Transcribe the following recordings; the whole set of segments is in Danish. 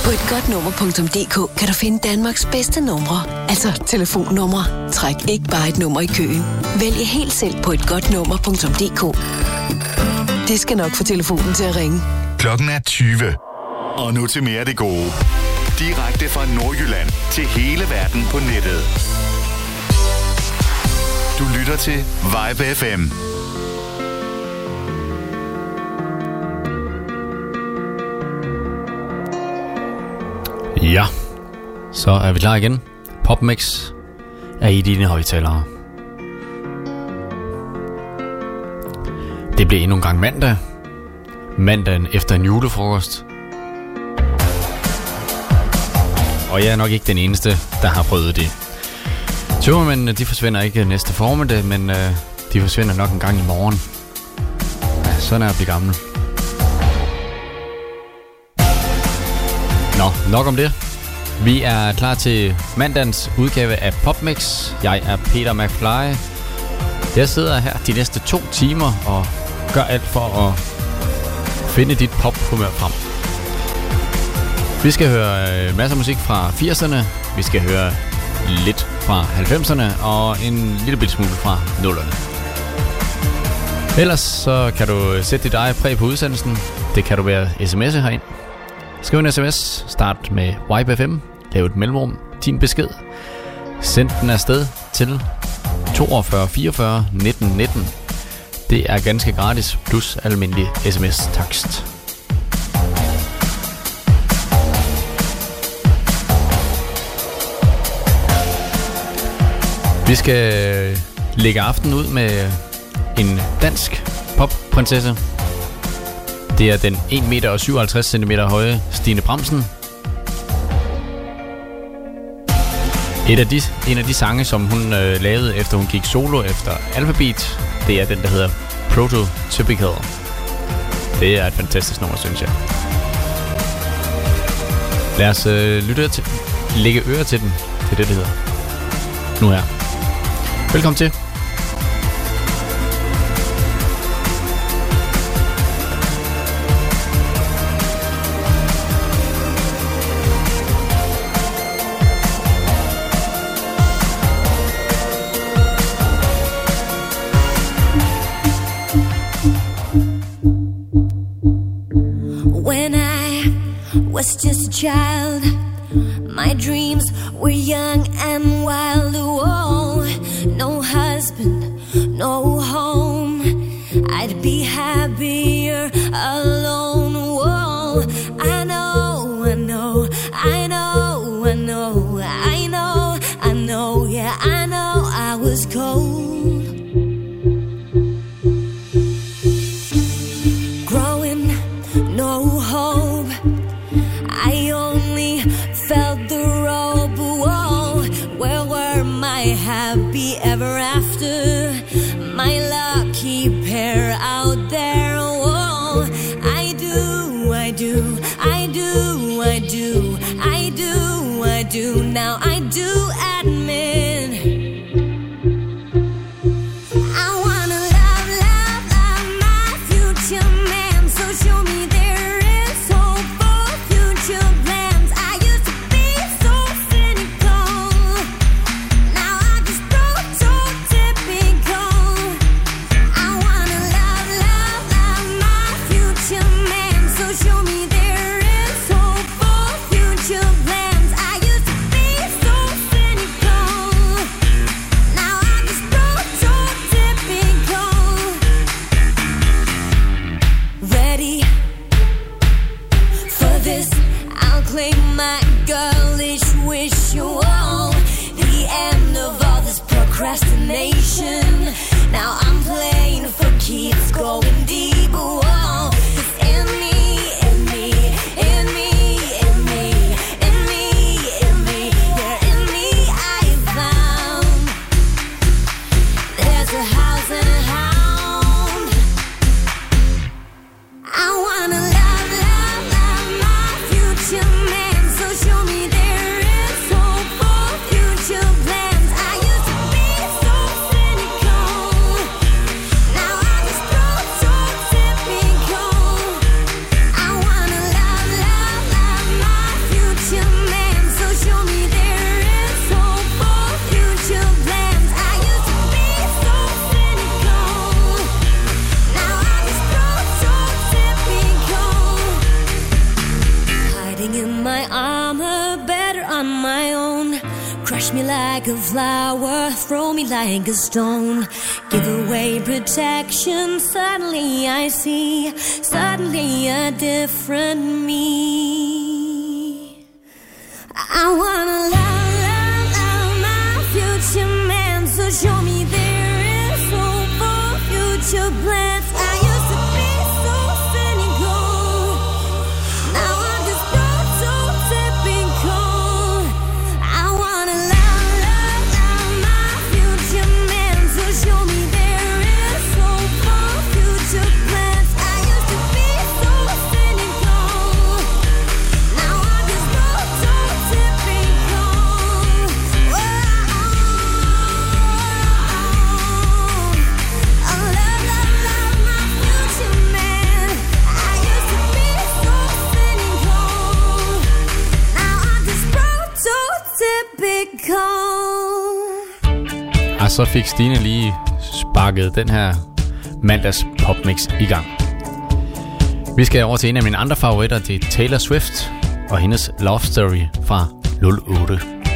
På et godnummer.dk kan du finde Danmarks bedste numre, altså telefonnumre. Træk ikke bare et nummer i køen. Vælg helt selv på et godnummer.dk. Det skal nok få telefonen til at ringe. Klokken er 20. Og nu til mere af det gode. Direkte fra Nordjylland til hele verden på nettet. Du lytter til Vibe FM. Ja, så er vi klar igen. Popmix er i dine højtalere. Det bliver endnu en gang mandag. Mandagen efter en julefrokost. Og jeg er nok ikke den eneste, der har prøvet det. Tømmermændene, de forsvinder ikke næste formiddag, men de forsvinder nok en gang i morgen. Ja, sådan er at blive gammel. Nå, nok om det. Vi er klar til mandagens udgave af Popmix. Jeg er Peter McFly. Jeg sidder her de næste 2 timer og gør alt for at finde dit pophumør frem. Vi skal høre masser af musik fra 80'erne. Vi skal høre lidt fra 90'erne og en lille bitte smule fra 0'erne. Ellers så kan du sætte dit eget præg på udsendelsen. Det kan du være sms'e herind. Skriv en sms, start med Vibe FM, lav et mellemrum, din besked. Send den afsted til 42 44 19 19. Det er ganske gratis, plus almindelig sms-takst. Vi skal lægge aftenen ud med en dansk popprinsesse. Det er den 1,57 meter høje Stine Bramsen. En af de sange, som hun lavede, efter hun gik solo efter Alphabeat, det er den, der hedder Prototypical. Det er et fantastisk nummer, synes jeg. Lad os lægge øre til den. Det er det hedder. Nu her. Velkommen til. Was just a child. My dreams were young and wild. Oh, no husband, no home. I'd be happier alone. Oh, I know, I know, I know, I know, I know, I know, yeah, I know I was cold. Growing, no hope. I only felt the rope. Whoa, where were my happy ever after? My lucky pair out there. Whoa, I do, I do, I do, I do, I do, I do. Now I do admit I wanna love, love, love my future man. So show me there is hope for future plans. I used to be so cynical. Now I just prototypical. I wanna love, love, love my future man. So show me there is hope for future plans. I used to be so cynical. Now I just prototypical. Ready for this, I'll claim my girlish wish. Oh, the end of all this procrastination. Now I'm playing for keeps, going deep. Oh, it's in me, in me, in me, in me, in me, in me. Yeah, in me I found there's a house and a hound. I wanna love, love, love my future man. So show me there is hope for future plans. I used to be so cynical. Now I just prototypical. hiding in my armor, better on my own. Crush me like a flower, throw me like a stone. Give away protection, suddenly I see, suddenly a different me. I wanna love my future man, so show me there is hope for future plans. I used to be so cynical, now I'm just prototypical. I wanna love my future man, so show me there is hope for future plans. I used to be so cynical, now I'm just prototypical. I love my future man. I used to be so cynical, now I'm just prototypical. Og så fik Stine lige sparket den her mandags popmix i gang. Vi skal over til en af mine andre favoritter, det er Taylor Swift og hendes Love Story fra 08.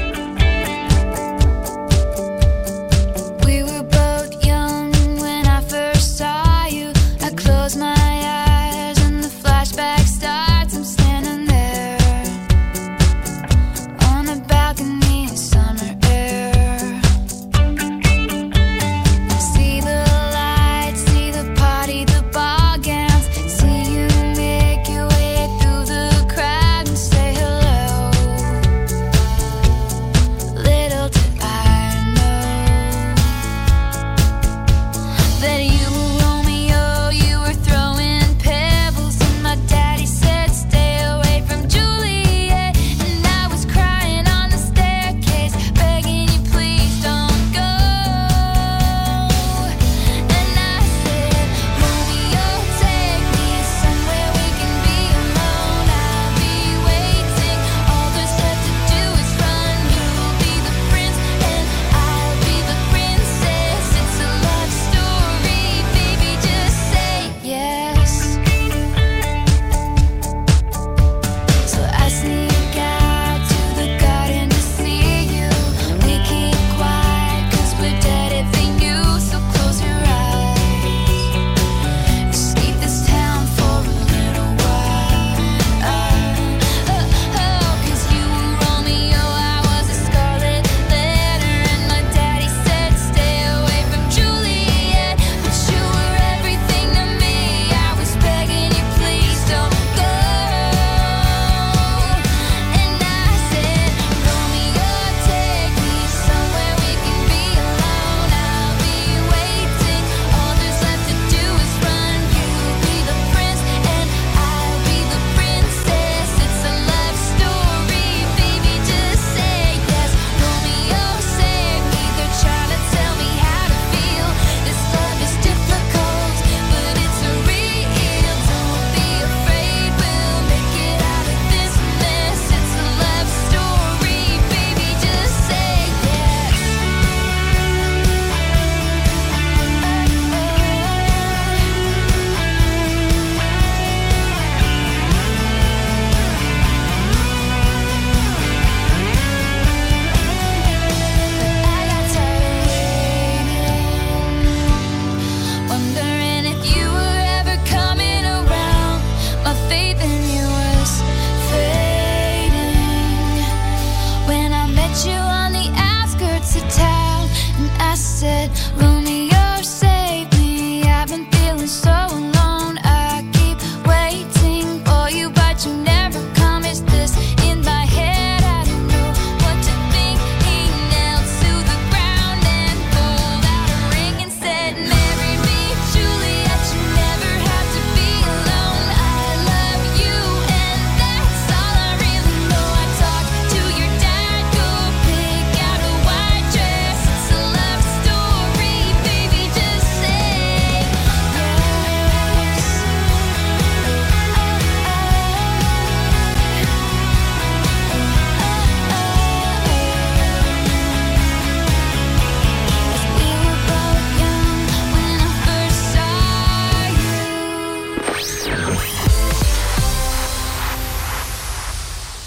We were both young when I first saw you. I close my eyes and the flashback starts. I'm standing there on a balcony in summer air. See the lights, see the party, the ball gowns. See you make your way through the crowd and say hello.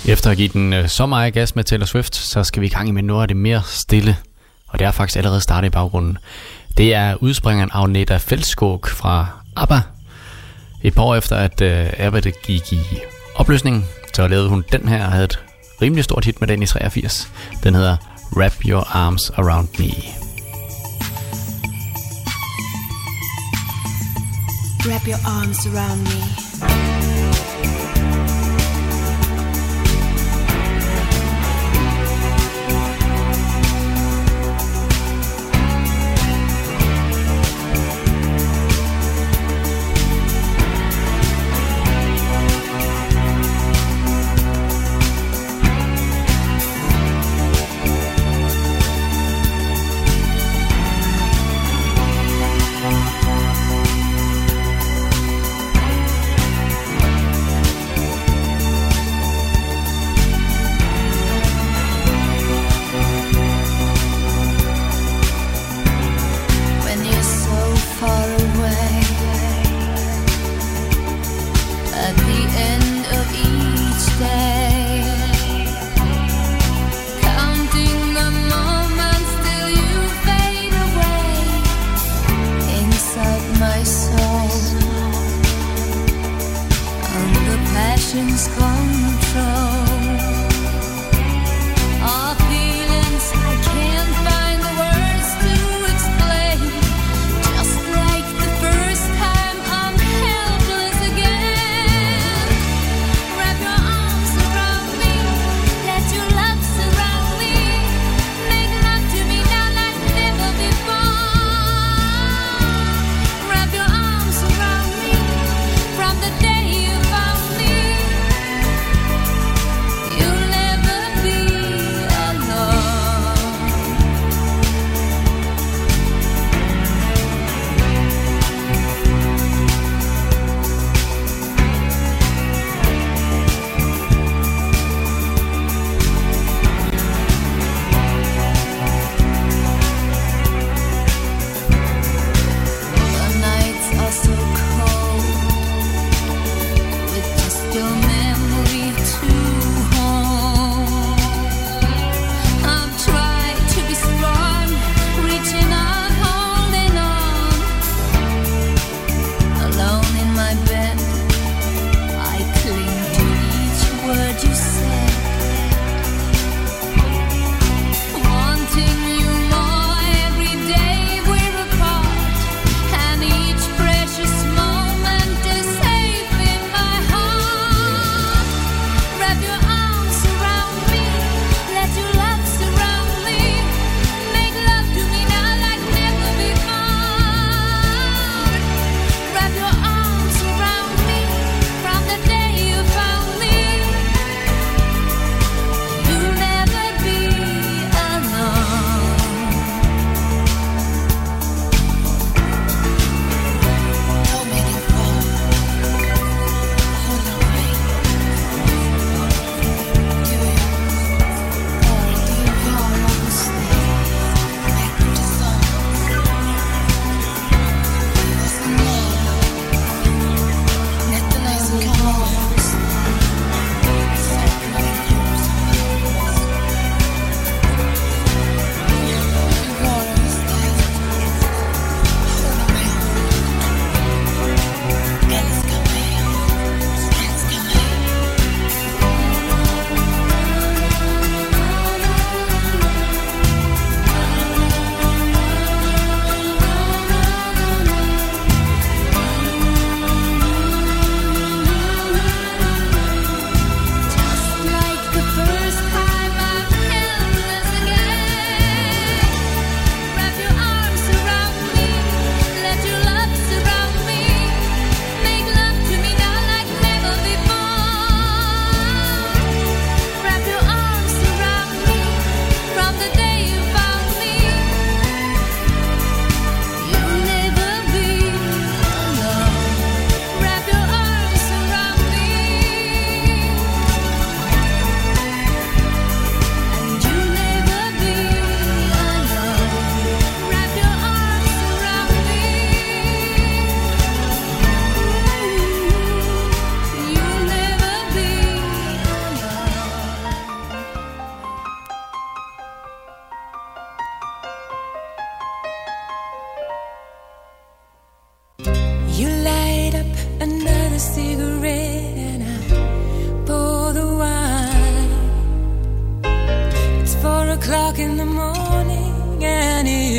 Efter at give den så meget gas med Taylor Swift, så skal vi i gang med noget af det mere stille. Og det er faktisk allerede startet i baggrunden. Det er udspringeren Agneta Fältskog fra ABBA. Et par år efter at ABBA gik i opløsning, så lavede hun den her og havde et rimelig stort hit med den i 83. Den hedder Wrap Your Arms Around Me. Wrap your arms around me.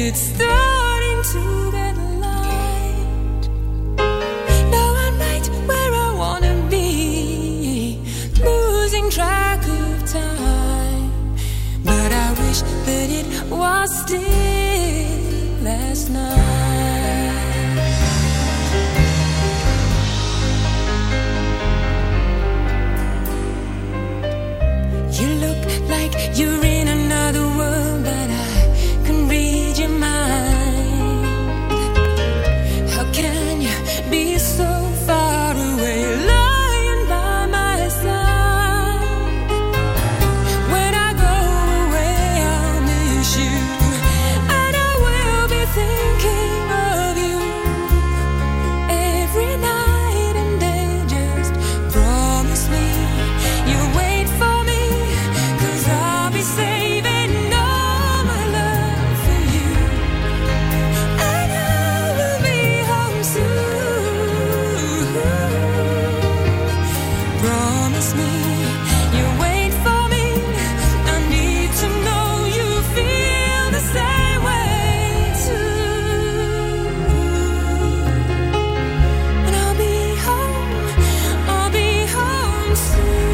it's starting to get light. Now I'm right where I wanna be, losing track of time. But I wish that it was still last night. You look like you're in another world, but I can read your mind. How can you be so far away, lying by my side? When I go away, I'll miss you, and I will be thinking of you every night and day. Just promise me you'll wait for me, 'cause I'll be saving all my love for you, and I will be home soon. Promise me you'll wait for me. I need to know you feel the same way too. And I'll be home soon.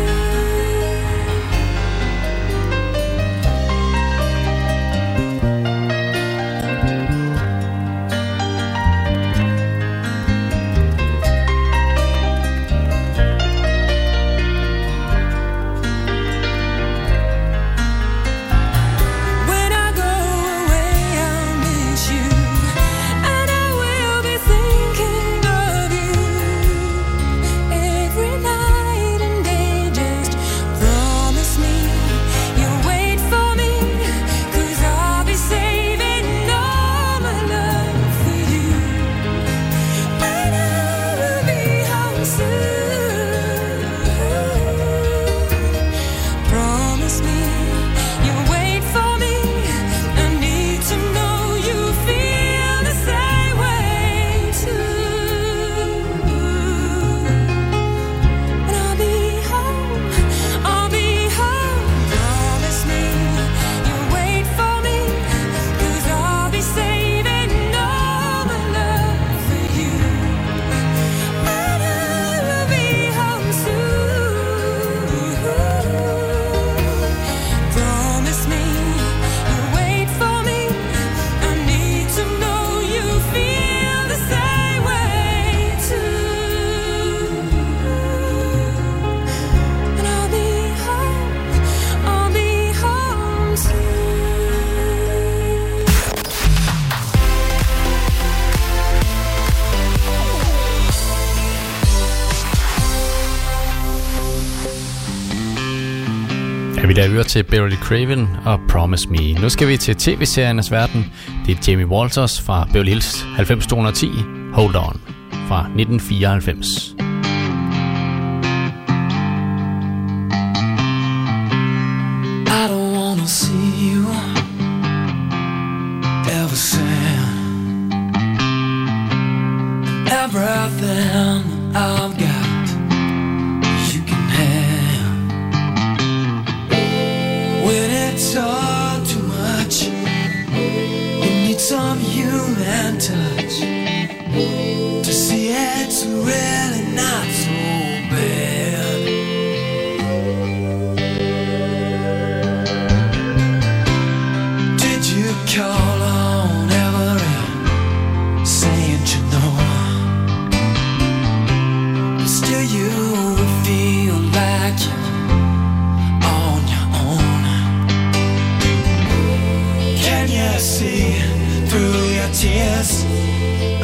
When I go away, I'll miss you, and I will be thinking of you every night and day. Just promise me you'll wait for me, 'cause I'll be saving all my love for you, and I will be home soon. Promise me you'll wait for me. I need to know you feel the same way too. And I'll be home Promise me you'll wait for me, 'cause I'll be saving all my love for you, and I will be home soon. Promise me you'll wait for me. I need to know you feel the same way too. And I'll be home soon. Ja, vi der hører til Beverly Craven og Promise Me. Nu skal vi til tv-seriernes verden. Det er Jamie Walters fra Beverly Hills 90210, Hold On fra 1994. I don't wanna see you ever sad. Everything I've got you can have. When it's all too much, you need some human touch to see it's really not so bad. Did you call on every saying you know? Still you feel like you're on your own. Can you see through your tears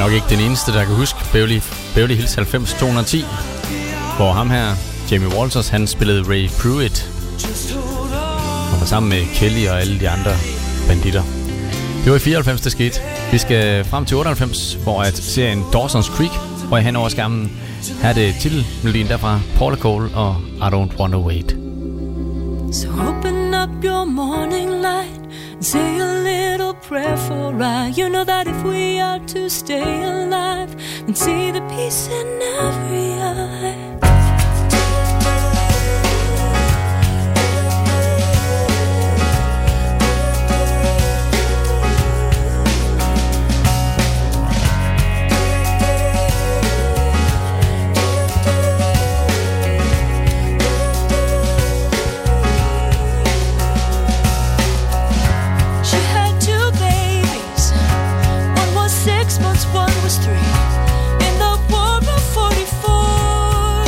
nok ikke den eneste, der kan huske Beverly Hills 90210, hvor ham her, Jamie Walters, han spillede Ray Pruitt og var sammen med Kelly og alle de andre banditter. Det var i 94, det skete. Vi skal frem til 98, hvor at serien Dawson's Creek, hvor jeg hen over skærmen her er det titelmelodien derfra, Paula Cole og I Don't Wanna Wait. So open up your morning light and say a little prayer for I. You know that if we are to stay alive and see the peace in every eye. One was 3 in the war of 44.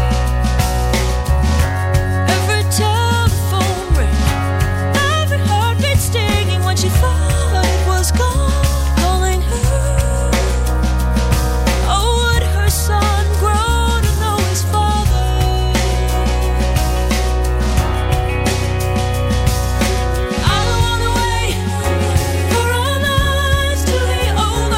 Every telephone ring, every heartbeat stinging when she thought it was gone, calling her. Oh, would her son grow to know his father? I don't wanna wait for our lives to be over.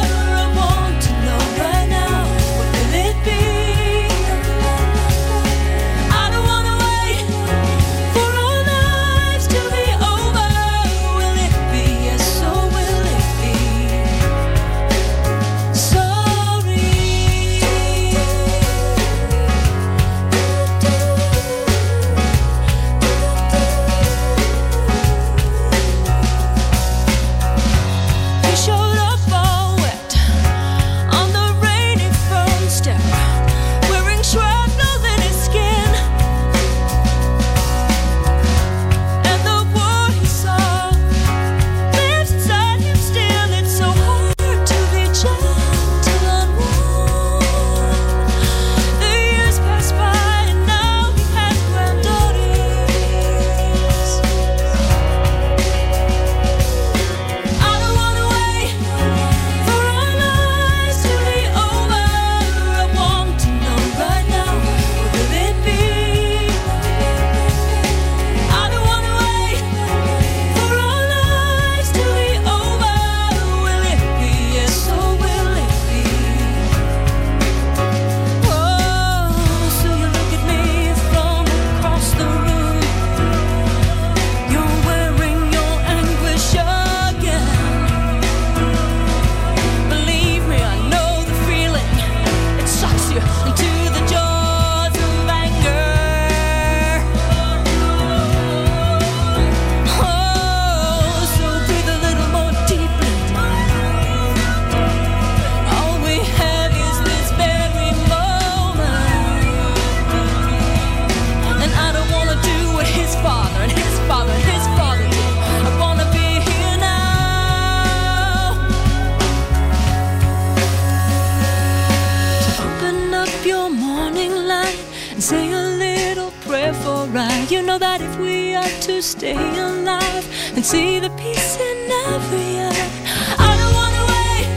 You know that if we are to stay alive and see the peace in every eye, I don't wanna wait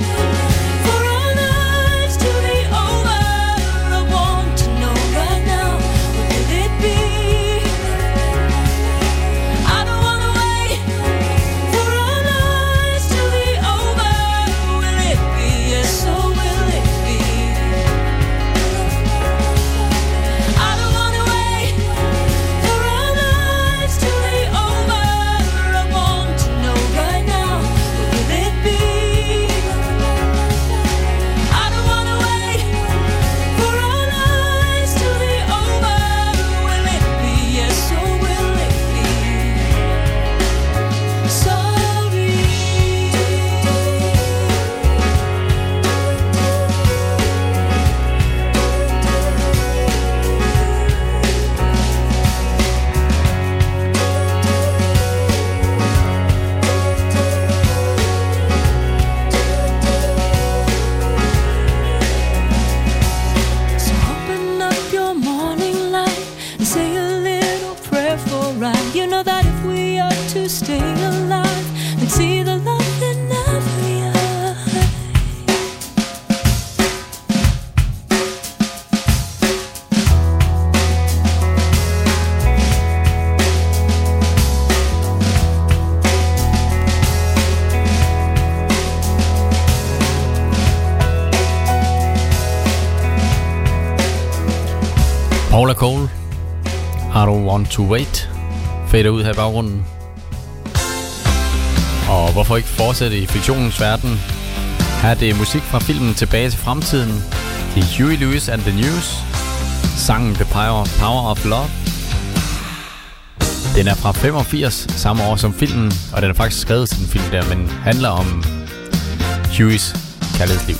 for our lives to be over. I want to know right now, what will it be? I don't wanna wait for our lives to be over. Will it be? Yes, so will it be? I don't wanna wait for our lives to be over. I want to know right now, what will it be? I don't wanna wait for our lives to be over. Will it be? Yes, so will it be? Sorry. So open up your morning light and say a little prayer for I. You know that if we are to stay alive and see the love in every eye. Paula Cole, I Don't Want To Wait, fader ud her i baggrunden. Og hvorfor ikke fortsætte i fiktionens verden? Her er det musik fra filmen Tilbage til fremtiden. Det er Huey Lewis and the News. Sangen The Power of Love. Den er fra 85, samme år som filmen, og den er faktisk skrevet til den film der, men handler om Hueys kærlighedsliv.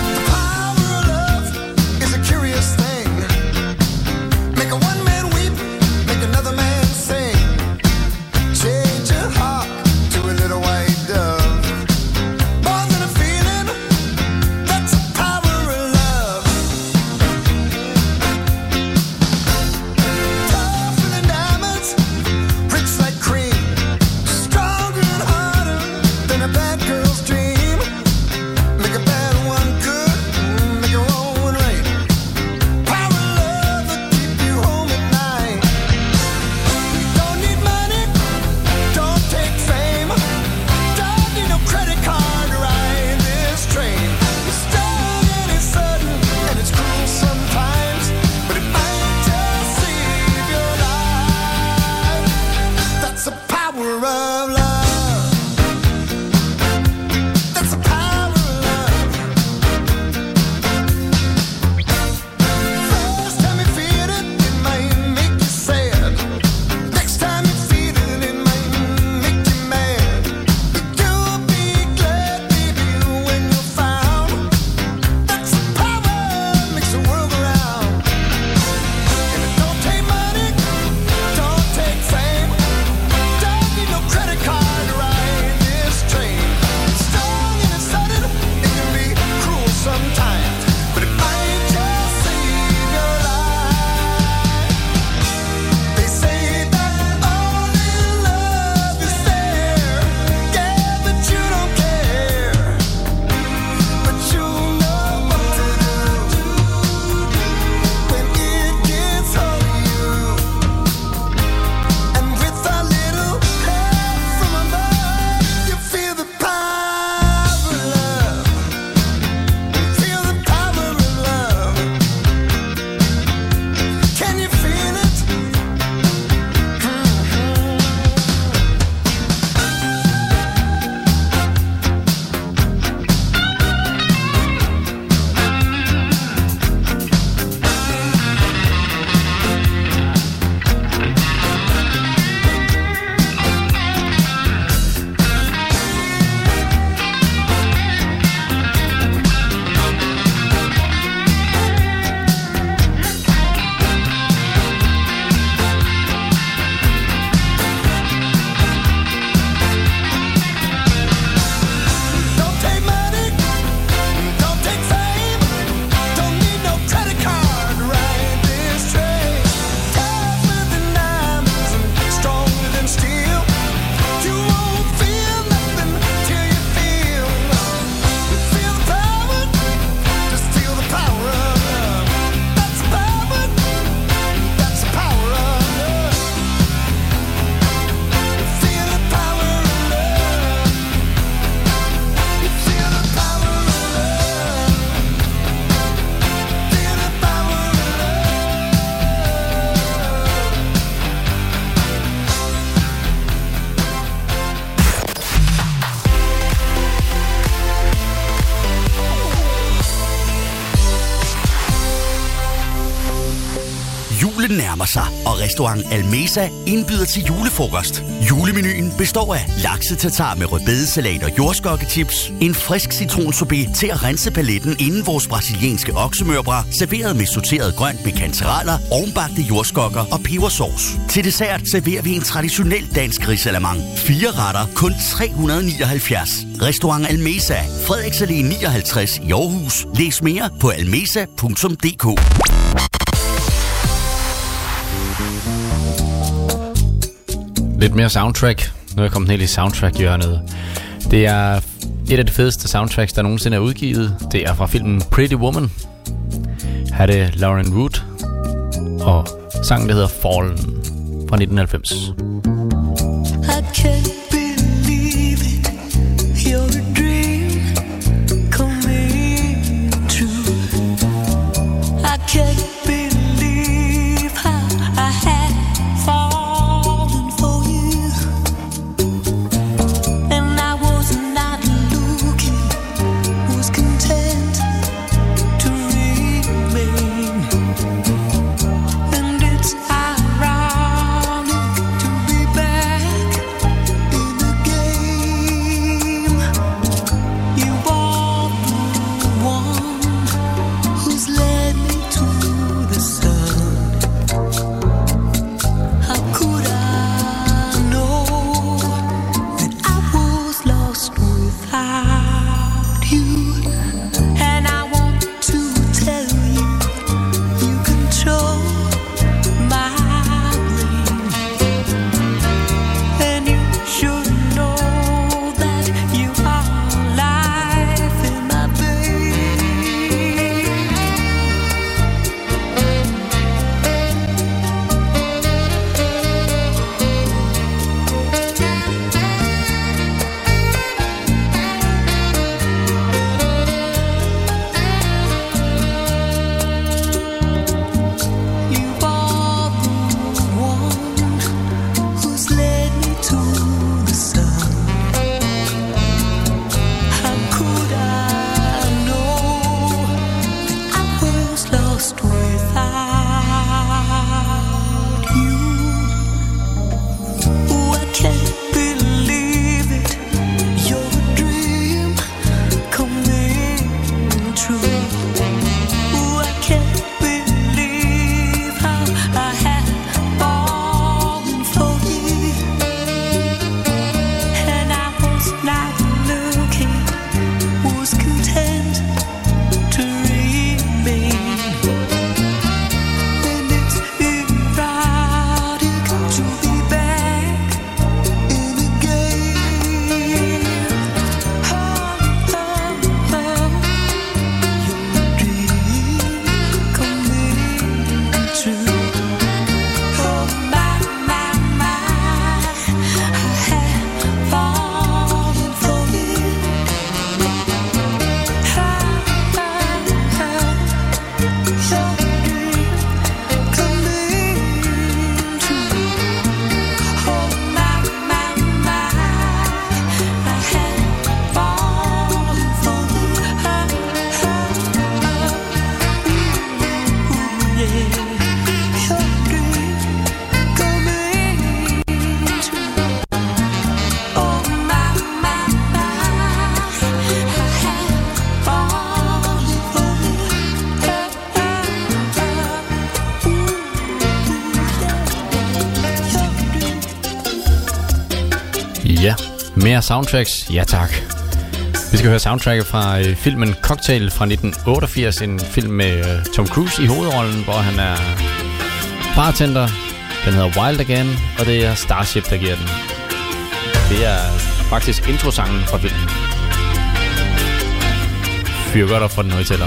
Julen nærmer sig, og restaurant Almesa indbyder til julefrokost. Julemenuen består af lakse-tartar med rødbedesalat og jordskokkechips, en frisk citronsorbet til at rense paletten inden vores brasilianske oksemørbrad, serveret med sorteret grønt med kantereller, ovnbagte jordskokker og pebersauce. Til dessert serverer vi en traditionel dansk risalamande. 4 retter, kun 379. Restaurant Almesa, Frederiks Allé 59 i Aarhus. Læs mere på almesa.dk. Lidt mere soundtrack. Nu er jeg kommet helt i soundtrack-hjørnet. Det er et af de fedeste soundtracks, der nogensinde er udgivet. Det er fra filmen Pretty Woman. Her er det Lauren Wood. Og sangen, der hedder Fallen fra 1990. I can't believe it. You're a dream coming true. I can't believe Ja, mere soundtracks. Ja tak. Vi skal høre soundtracket fra filmen Cocktail fra 1988. En film med Tom Cruise i hovedrollen, hvor han er bartender. Den hedder Wild Again, og det er Starship, der giver den. Det er faktisk introsangen fra filmen. Fyr godt op for den højtaler.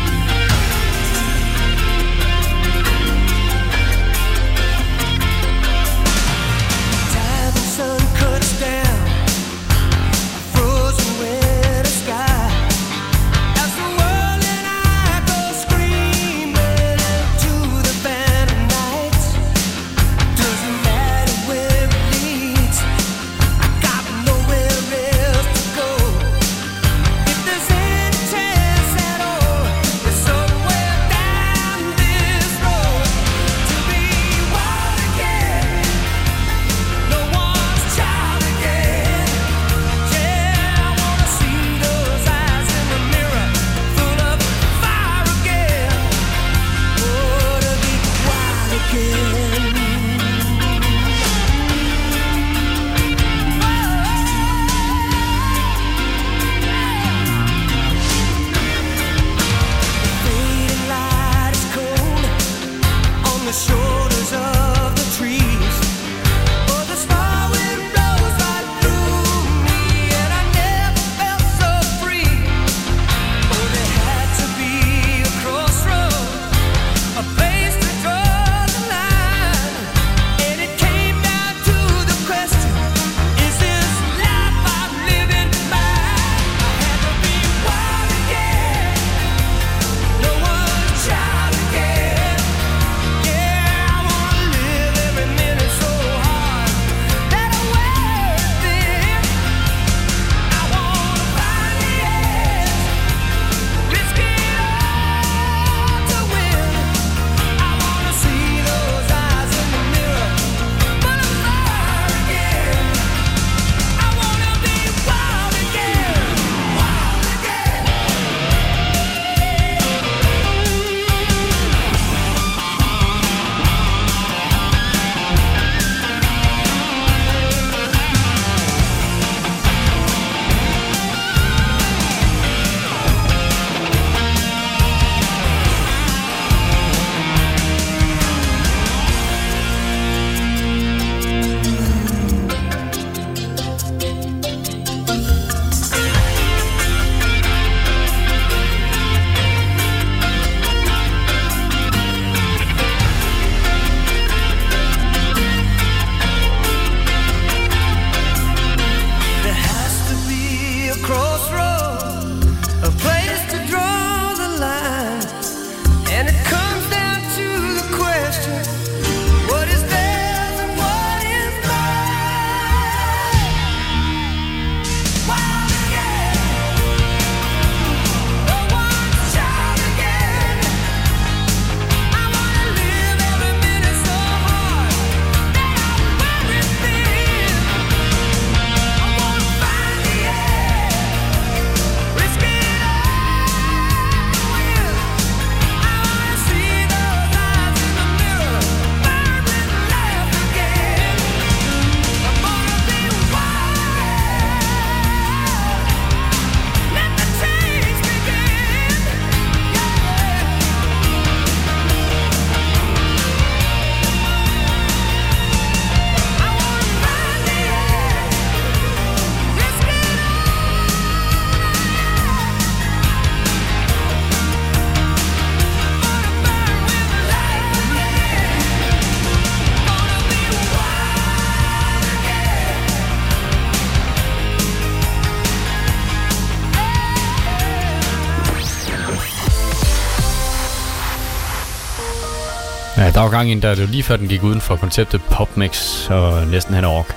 Ja, der var gang ind, der det lige før den gik uden for konceptet PopMix og næsten hen over.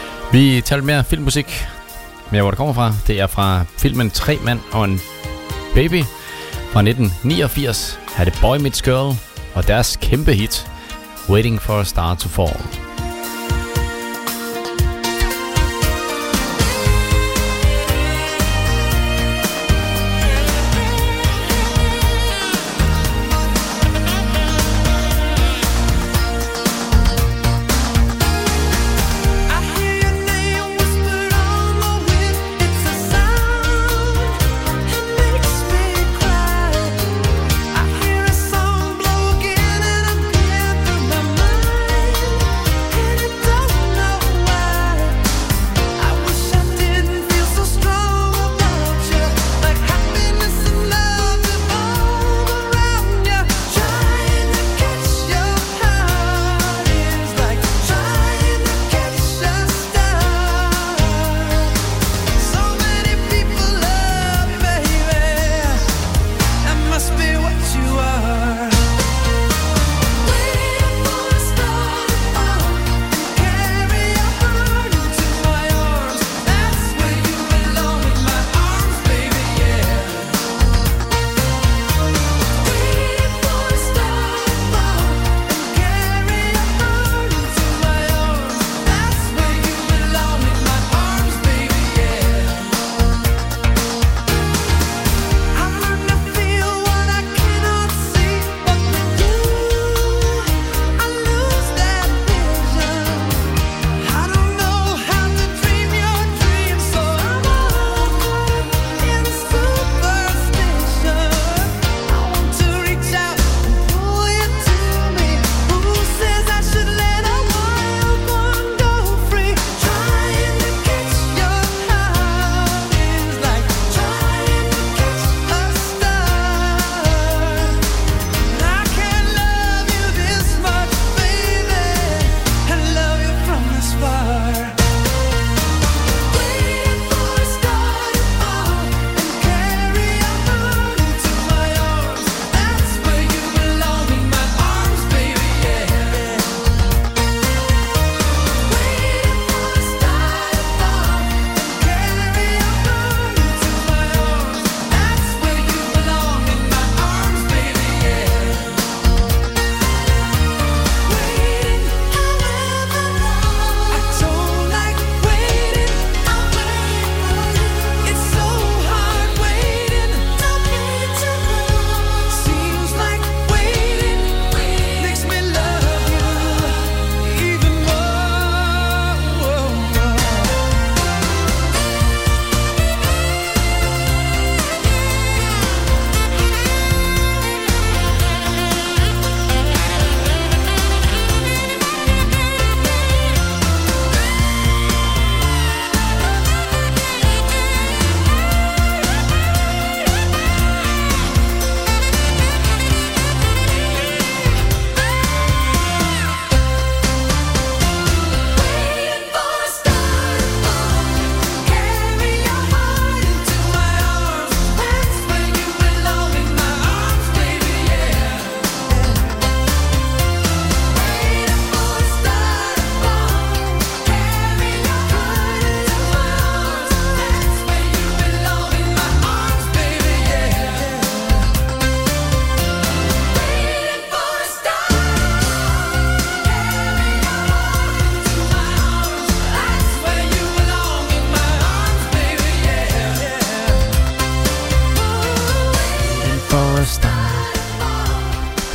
Vi talte mere filmmusik. Men hvor det kommer fra, det er fra filmen 3 mand og en baby fra 1989. Her er det Boy Meets Girl og deres kæmpe hit Waiting for a Star to Fall. I hear your name whispered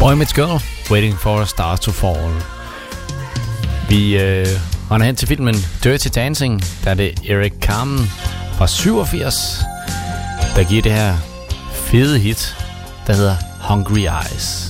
Boy Meets Girl, Waiting for a Star to Fall. Vi render hen til filmen Dirty Dancing, der er det Eric Carmen fra 87, der giver det her fede hit, der hedder Hungry Eyes.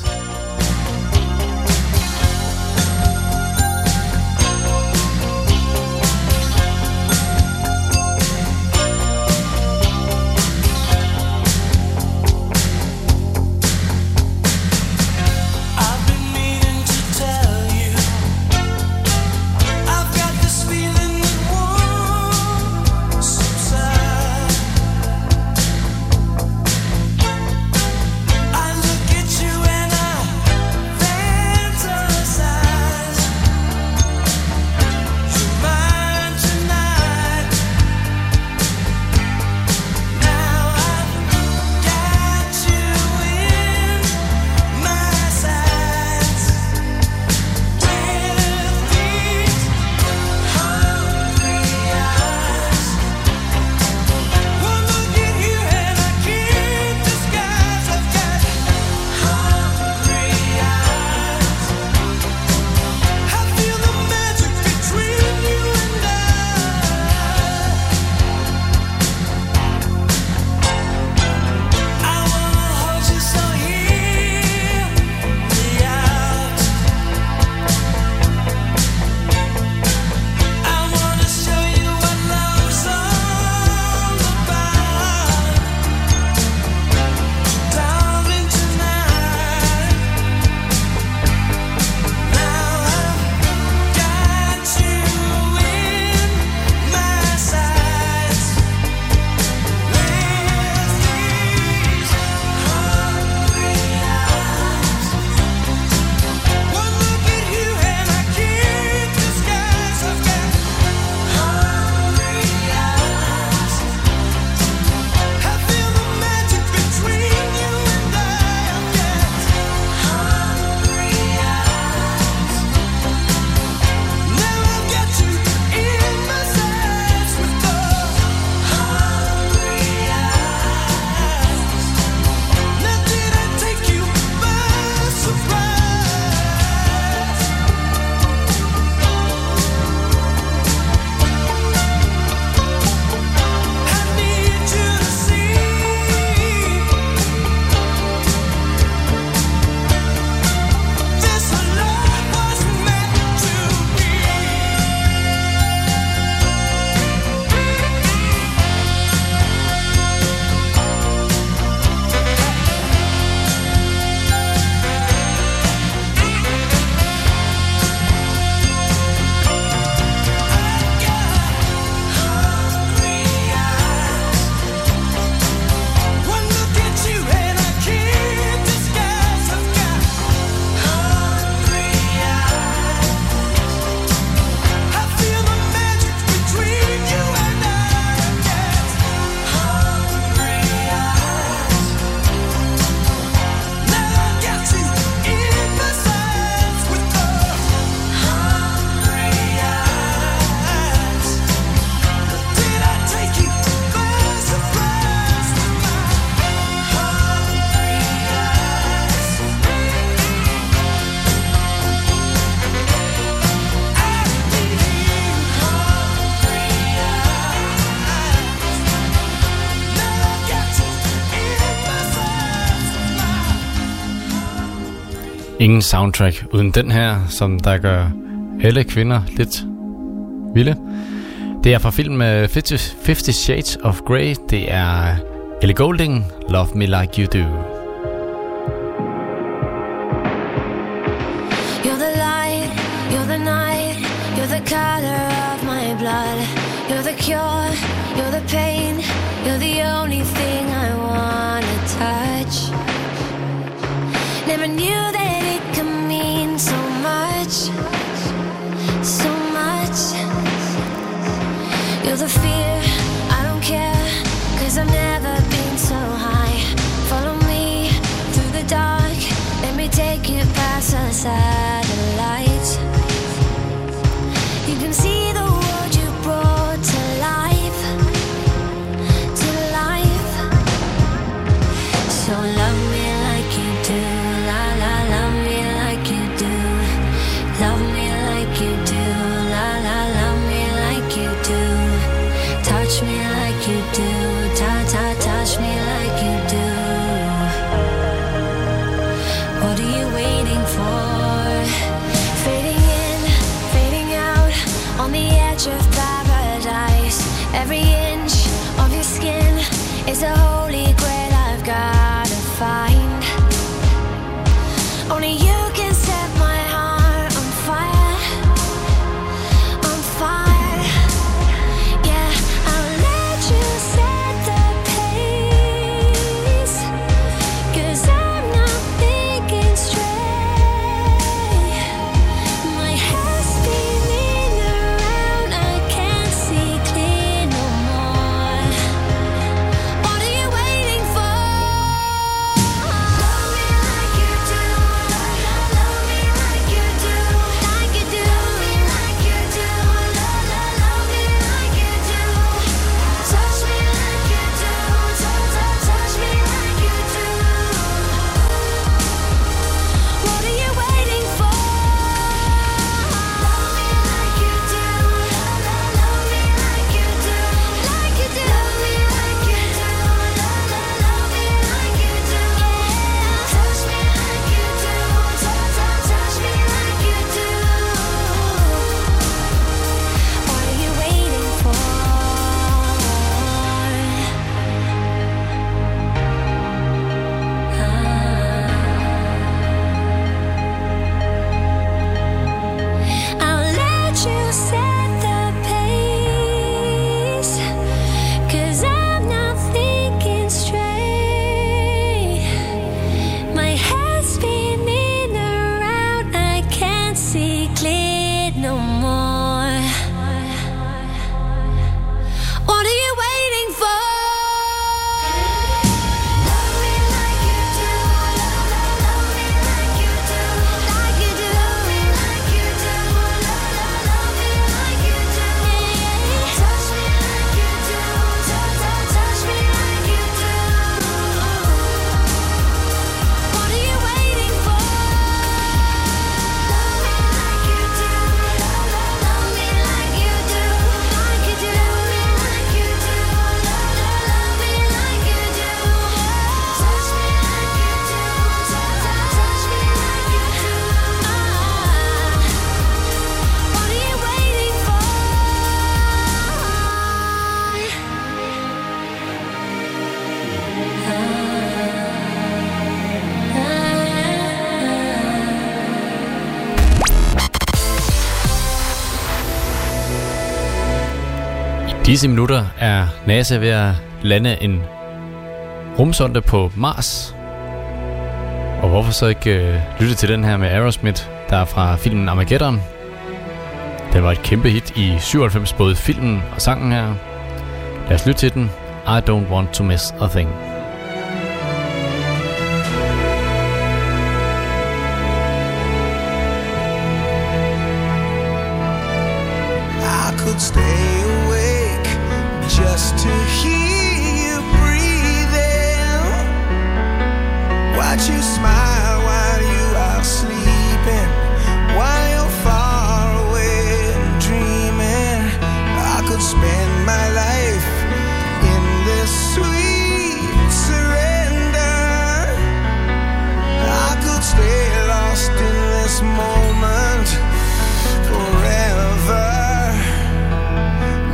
Ingen soundtrack uden den her, som der gør alle kvinder lidt vilde. Det er fra filmen 50 Shades of Grey. Det er Ellie Goulding, Love Me Like You Do. You're the light, you're the night, you're the color of my blood. You're the cure, you're the pain, you're the only thing I wanna touch. Never knew that it could mean so much, so much. You're the fear, I don't care, 'cause I've never been so high. Follow me through the dark, let me take you past the satellites. You can see the world you brought to life, to life. So love me like you do, la la, love Every inch of your skin is a holy grail I've gotta find. Only you can set my heart on fire, on fire. Yeah, I'll let you set the pace, 'cause I'm not thinking straight. My head's spinning around, I can't see clear no more. What are you waiting for? Love me like you do, love me like you do, like you do. Love me like you do, love me like you do. Touch me like you do, touch me like you do. What are you waiting for? Love me like you do, love me like you do, like you do. Love me like you do, love me like you do. Touch me like you do, touch me like you do. What are you waiting for? I'll let you set the pace, 'cause I'm not thinking straight. My head's spinning around, I can't see clear no more. What are you waiting for? Love me like you do, love me like you do, like you do. Love me like you do, love me like you do. Touch me like you do, touch me like you do. What are you waiting for? Love me like you do, love me like you do, like you do. Love me like you do, love me like you do. Touch me like you do, touch me like you do. What are you waiting for? I disse minutter er NASA ved at lande en rumsonde på Mars. Og hvorfor så ikke lytte til den her med Aerosmith, der er fra filmen Armageddon. Den var et kæmpe hit i 97, både filmen og sangen her. Lad os lytte til den. I don't want to miss a thing. I could stay awake just to hear you breathing. Watch you smile while you are sleeping, while you're far away and dreaming. I could spend my life in this sweet surrender. I could stay lost in this moment forever.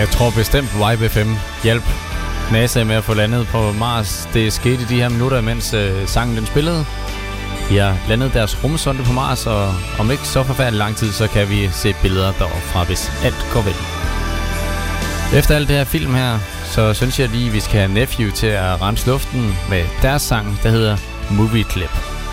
Jeg tror bestemt, Vibe FM hjalp NASA med at få landet på Mars. Det skete i de her minutter, mens sangen den spillede. De har landet deres rumsonde på Mars, og om ikke så forfærdelig lang tid, så kan vi se billeder derfra, hvis alt går vel. Efter alt det her film her, så synes jeg lige, vi skal have Nephew til at rense luften med deres sang, der hedder Movie Clip.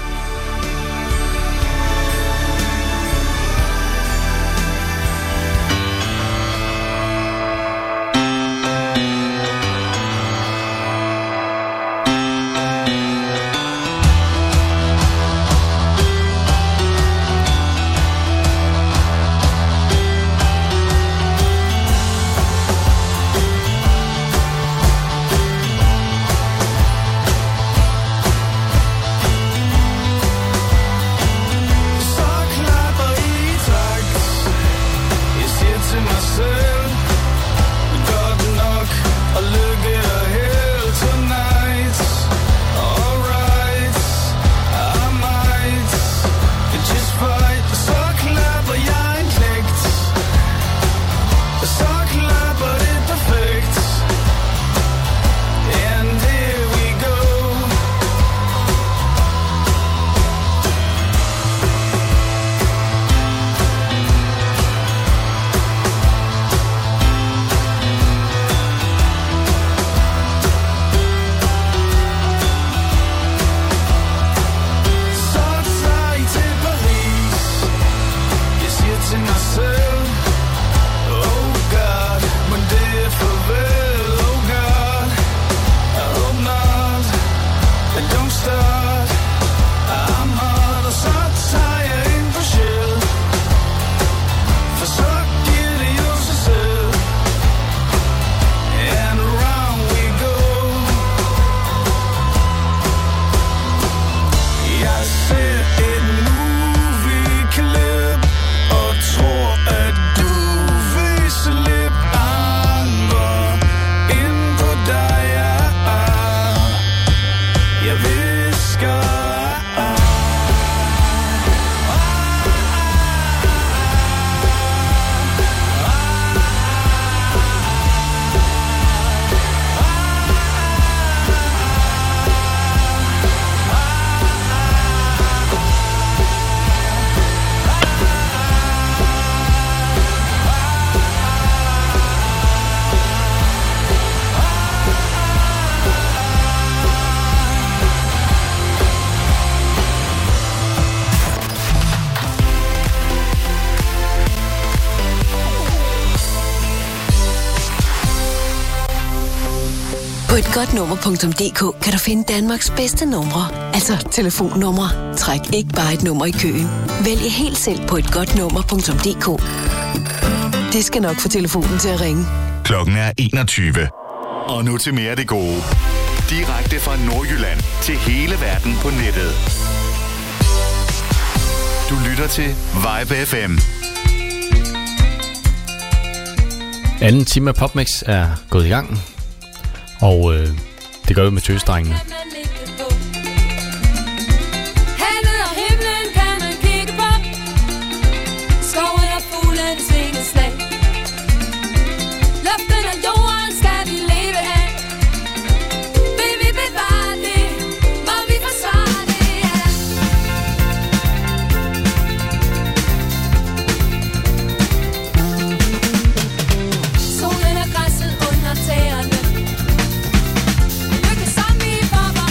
På et godnummer.dk kan du finde Danmarks bedste numre, altså telefonnumre. Træk ikke bare et nummer i køen. Vælg helt selv på et godnummer.dk. Det skal nok få telefonen til at ringe. Klokken er 21. Og nu til mere af det gode. Direkte fra Nordjylland til hele verden på nettet. Du lytter til Vibe FM. Anden time af PopMix er gået i gang. Og det gør vi med tøsdrengene. Havet og himlen kan man kigge på. Skoven og fuglen svinger slag. Luften og jorden skal vi leve af. Vil vi bevare det, må vi forsvare det, ja. Solen er græsset under tæerne. Lykke som vi får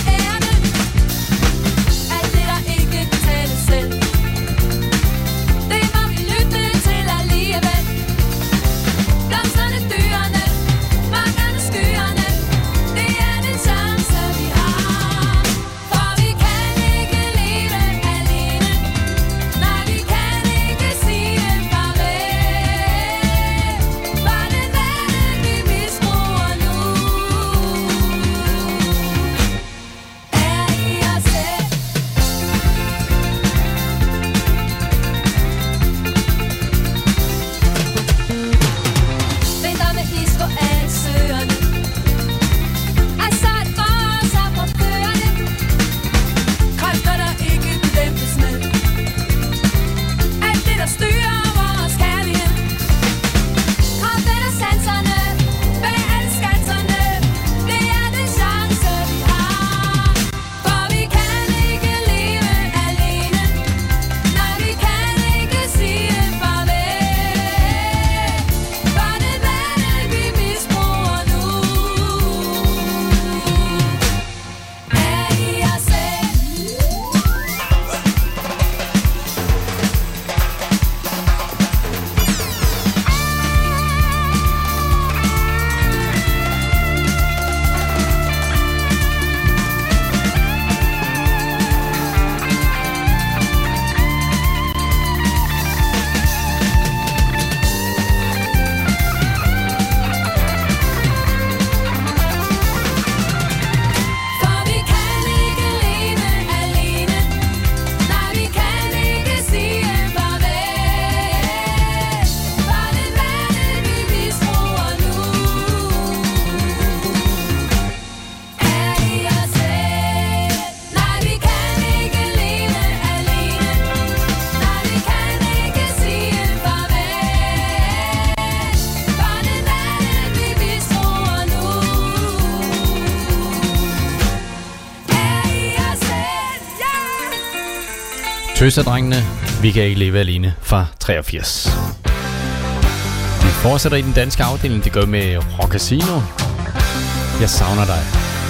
Tøsedrengene, vi kan ikke leve alene fra 83. Vi fortsætter i den danske afdeling, det gør med Rock Casino. Jeg savner dig.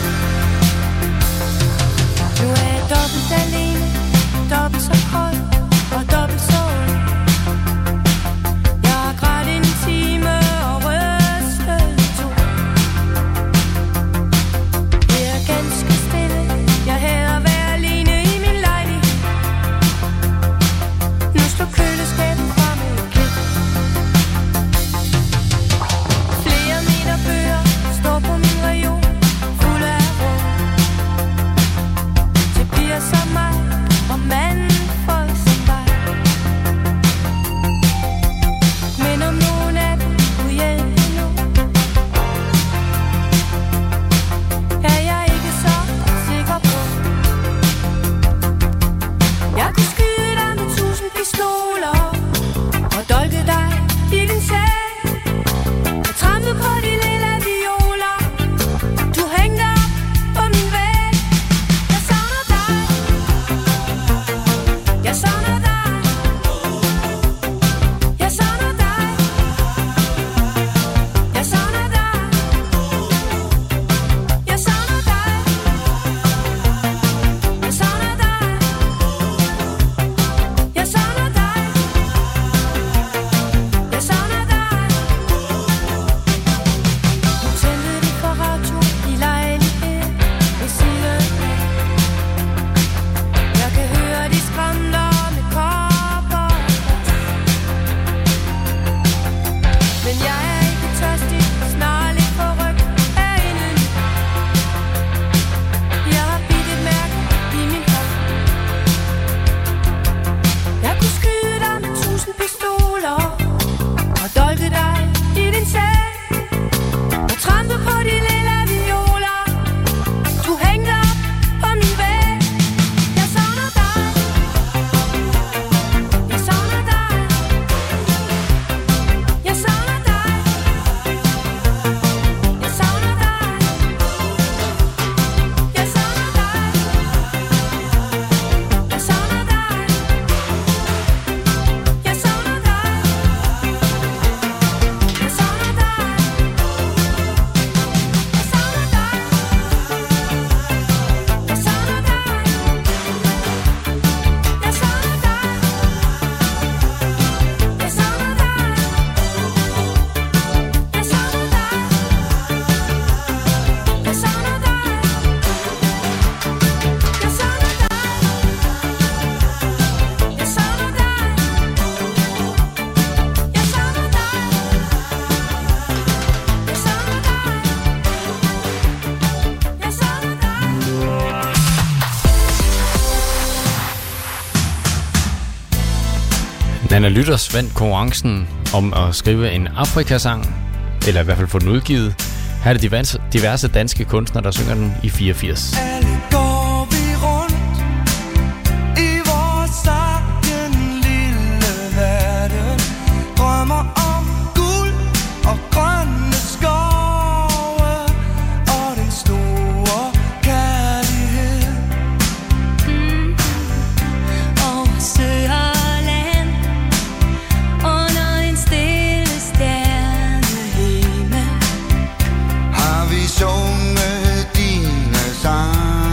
Du er dobbelt alene, dobbelt så kold og dobbelt så ung. Jeg har grædt en time og rystet to. Det er ganske stille, jeg hader at være alene i min lejlighed. Nu står køleskabet fra med et klik. Flere meter bøger står på min reol, fuld af rum. Til piger som mig og mandfolk som dig. Men om nogen af dem kunne hjælpe nu, er jeg ikke så sikker på. Jeg kunne skyde dig med 1000 pistoler og dolke dig i din seng og trampe på de lille violer. Du hængte op på min væg. Jeg savner dig. Jeg savner dig. Jeg savner dig. Jeg savner dig. Jeg savner dig. Jeg savner dig. Jeg savner dig. Jeg savner dig. Tændte vi for radio i lejligheden ved siden af. Jeg kan høre de skramler med kopper og te. Men jeg er ikke tørstig, snarere lidt forrygt herinde nu. Jeg har bidt et mærke i min hånd. Jeg kunne skyde dig med 1000 pistoler og dolke dig i din seng og trampe på de lille violer. Du hængte op på min væg. Jeg savner dig. Jeg savner dig. Jeg savner dig. Jeg savner dig. Jeg savner dig. Jeg savner dig. Jeg savner dig. Jeg savner dig. Jeg savner dig. Jeg savner dig. Jeg savner dig. Jeg savner dig. Jeg savner dig. Jeg savner dig. Jeg savner dig. Jeg savner dig. Jeg savner dig. Jeg savner dig. Nanna Lytters vandt konkurrencen om at skrive en Afrikasang, eller i hvert fald få den udgivet. Her er det diverse danske kunstnere, der synger den i 84. Alle går vi rundt i vores egen lille verden. Drømmer om guld og grønne skove og den store kærlighed. Over sø og land, under en stille stjernehimmel. Har vi sunget dine sange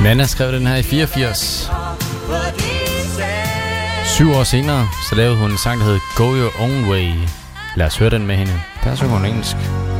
Nana skrev den her i 84. 7 år senere, så lavede hun en sang, der hed Go Your Own Way. Lad os høre den med hende. Der synger hun engelsk.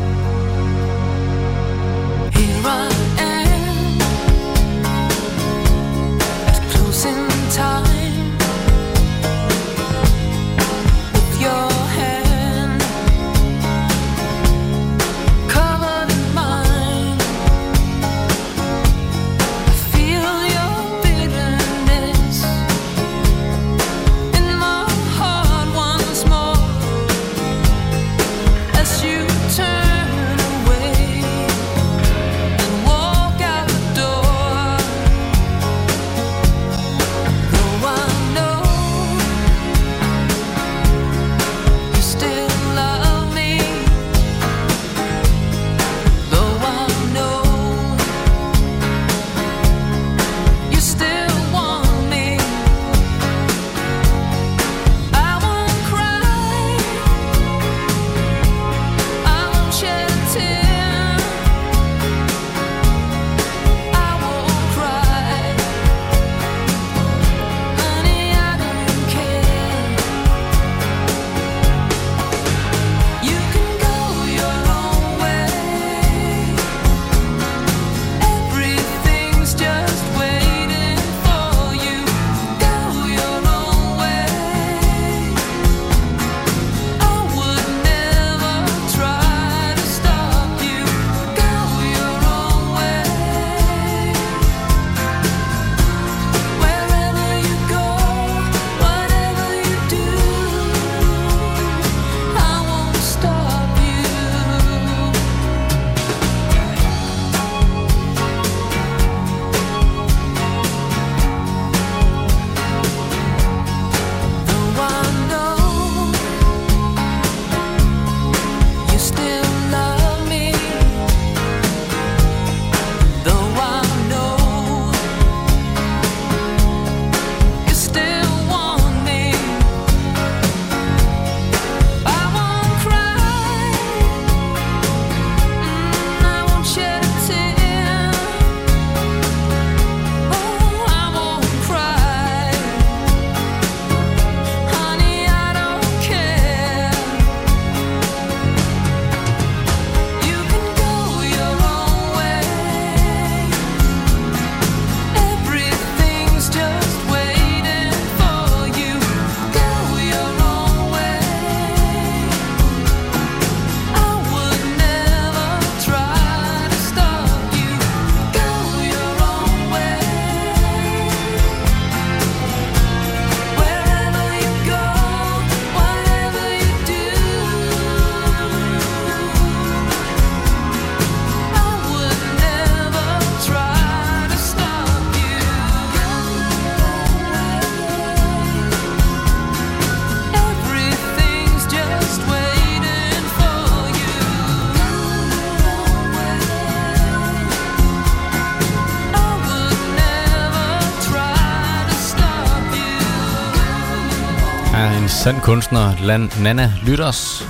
Sand kunstner Nana Lytters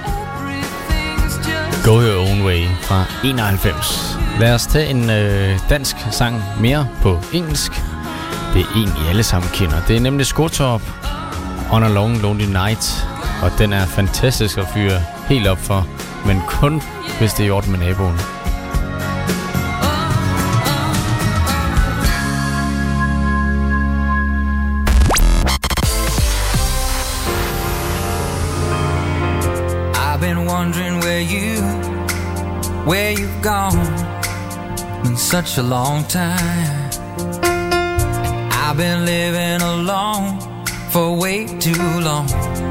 Go Your Own Way fra 91. Lad os tage en dansk sang mere på engelsk. Det er en, I alle sammen kender. Det er nemlig Skottorp, On a Long Lonely Night. Og den er fantastisk at fyre helt op for, men kun hvis det er i orden med naboen. Wondering where you've gone in such a long time. I've been living alone for way too long.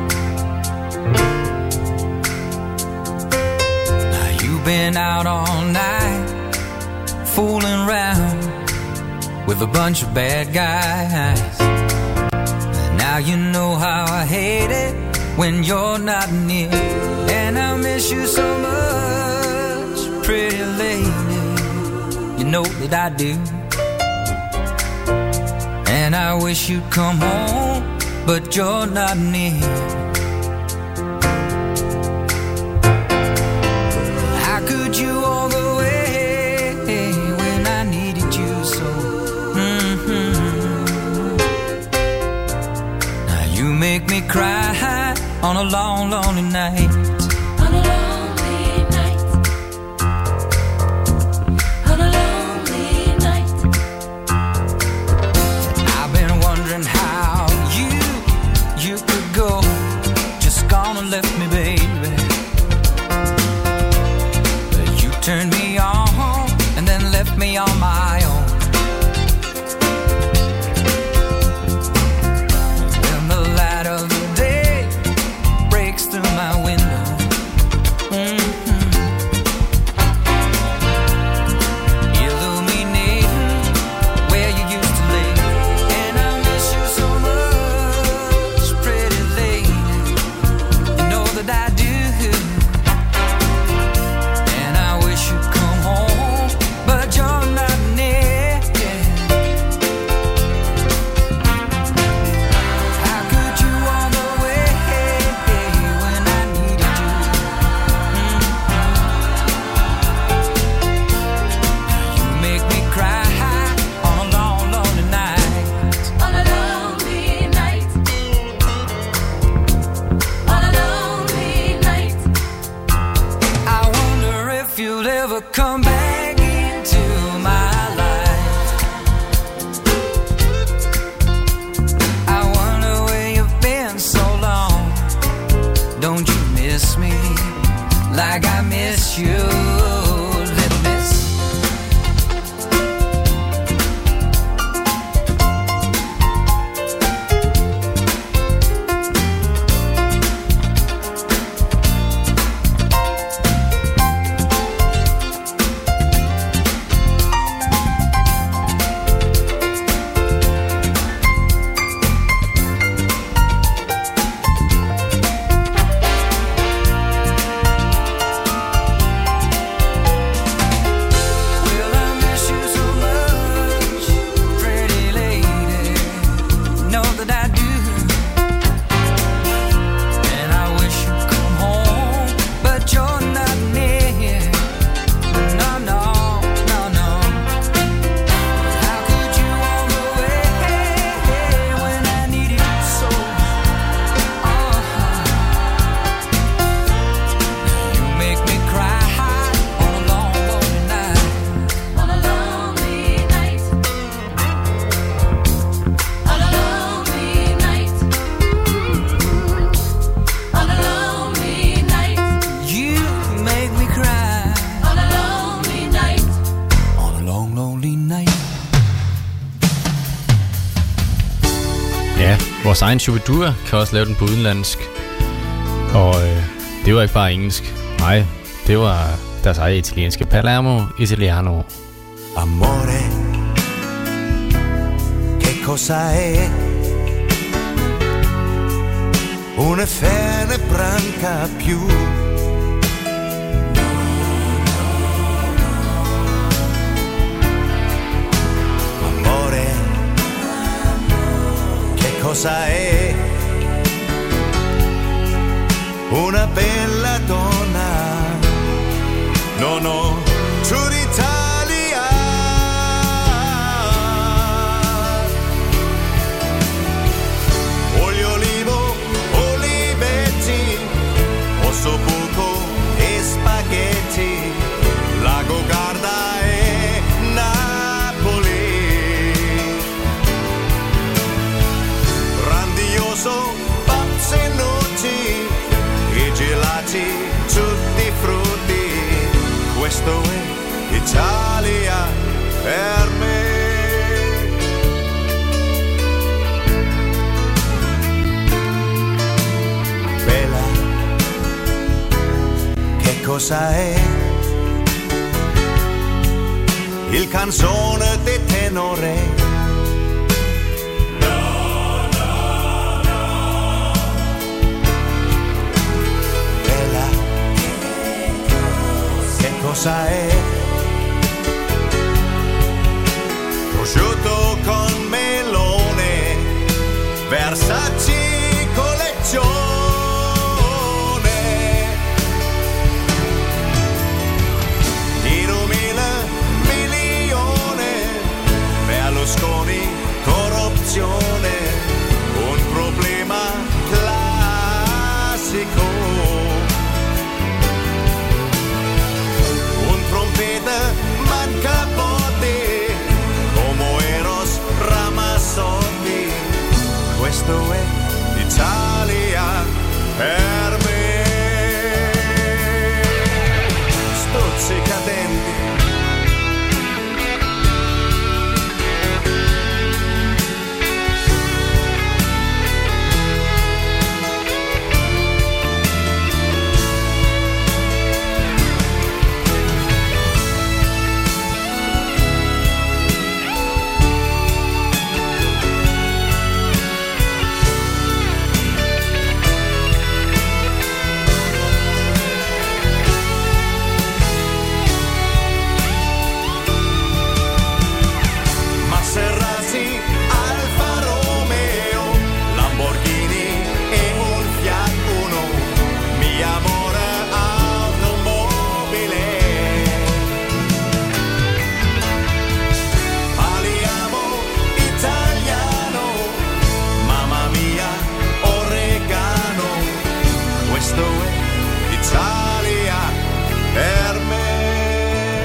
Now you've been out all night fooling around with a bunch of bad guys. And now you know how I hate it when you're not near. And I miss you so much, pretty lady. You know that I do. And I wish you'd come home, but you're not near. How could you walk away when I needed you so? make me cry on a long, lonely night. On a lonely night. On a lonely night. I've been wondering how you could go, just gone and left me, baby. But you turned me on and then left me on my own. When the light of the day breaks through my window, illuminating where you used to lay. And I miss you so much, pretty lady. You know that I do. And I wish you'd come home, but you're not near. How could you walk away when I needed you? You make me cry on a long, lonely night. On a lonely night. On a lonely night. I wonder if you'll ever come back into my life. I wonder where you've been so long. Don't you miss me like I miss you, little miss? Well, I miss you so much, pretty lady. Know that I do. And I wish you'd come home, but you're not near. No, no, no, no. How could you walk away when I needed you so? You make me cry on a long, lonely night. On a lonely night. On a lonely night. On a lonely night. You make me cry On a lonely night. on a long, lonely night. Ja, vores egen Shubidua kan også lave den på udenlandsk. Og det var ikke bare engelsk. Nej, det var deres eget italienske Palermo Italiano. Amore, che cosa è? Una fene branca più. Amore, che cosa è? Una bella donna. No, no, Sud Italia. Olio olivo, olivetti, osso buco e spaghetti, Lago Garda e Napoli. Grandioso, pazzenuti e gelati, tutti frutti. Questo è Italia per me. Bella, che cosa è? Il canzone di tenore. Bella, che cosa è? Prosciutto con melone, Versace collezione. Tiro 1000 milioni, Berlusconi, corruzione, un problema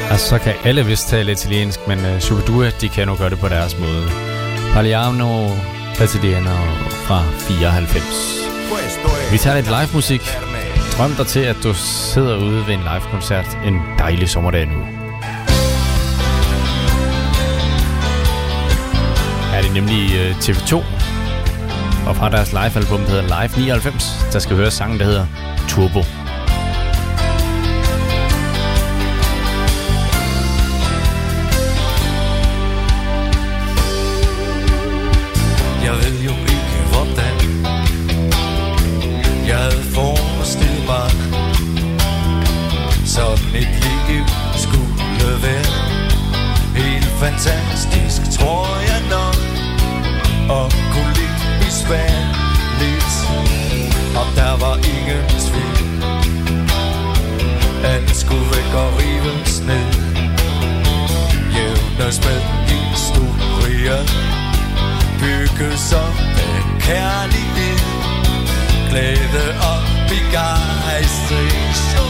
Altså, så kan alle vist tale italiensk, men Shubidua, de kan nu gøre det på deres måde. Parliamo Italiano fra 94. Vi tager lidt live musik. Drøm dig til, at du sidder ude ved en live-koncert en dejlig sommerdag nu. Er det nemlig TV2, og fra deres live-album, der hedder Live 99, der skal høre sangen, der hedder Turbo. Jeg ved jo ikke hvordan jeg havde forestillet mig sådan et liv skulle være. Helt fantastisk, tror jeg nok, og kunne lidt besværligt. Og der var ingen tvivl, alt skulle væk og rives ned. Jævnes med historier, bygges op af kærlighed, glæde og begejstring.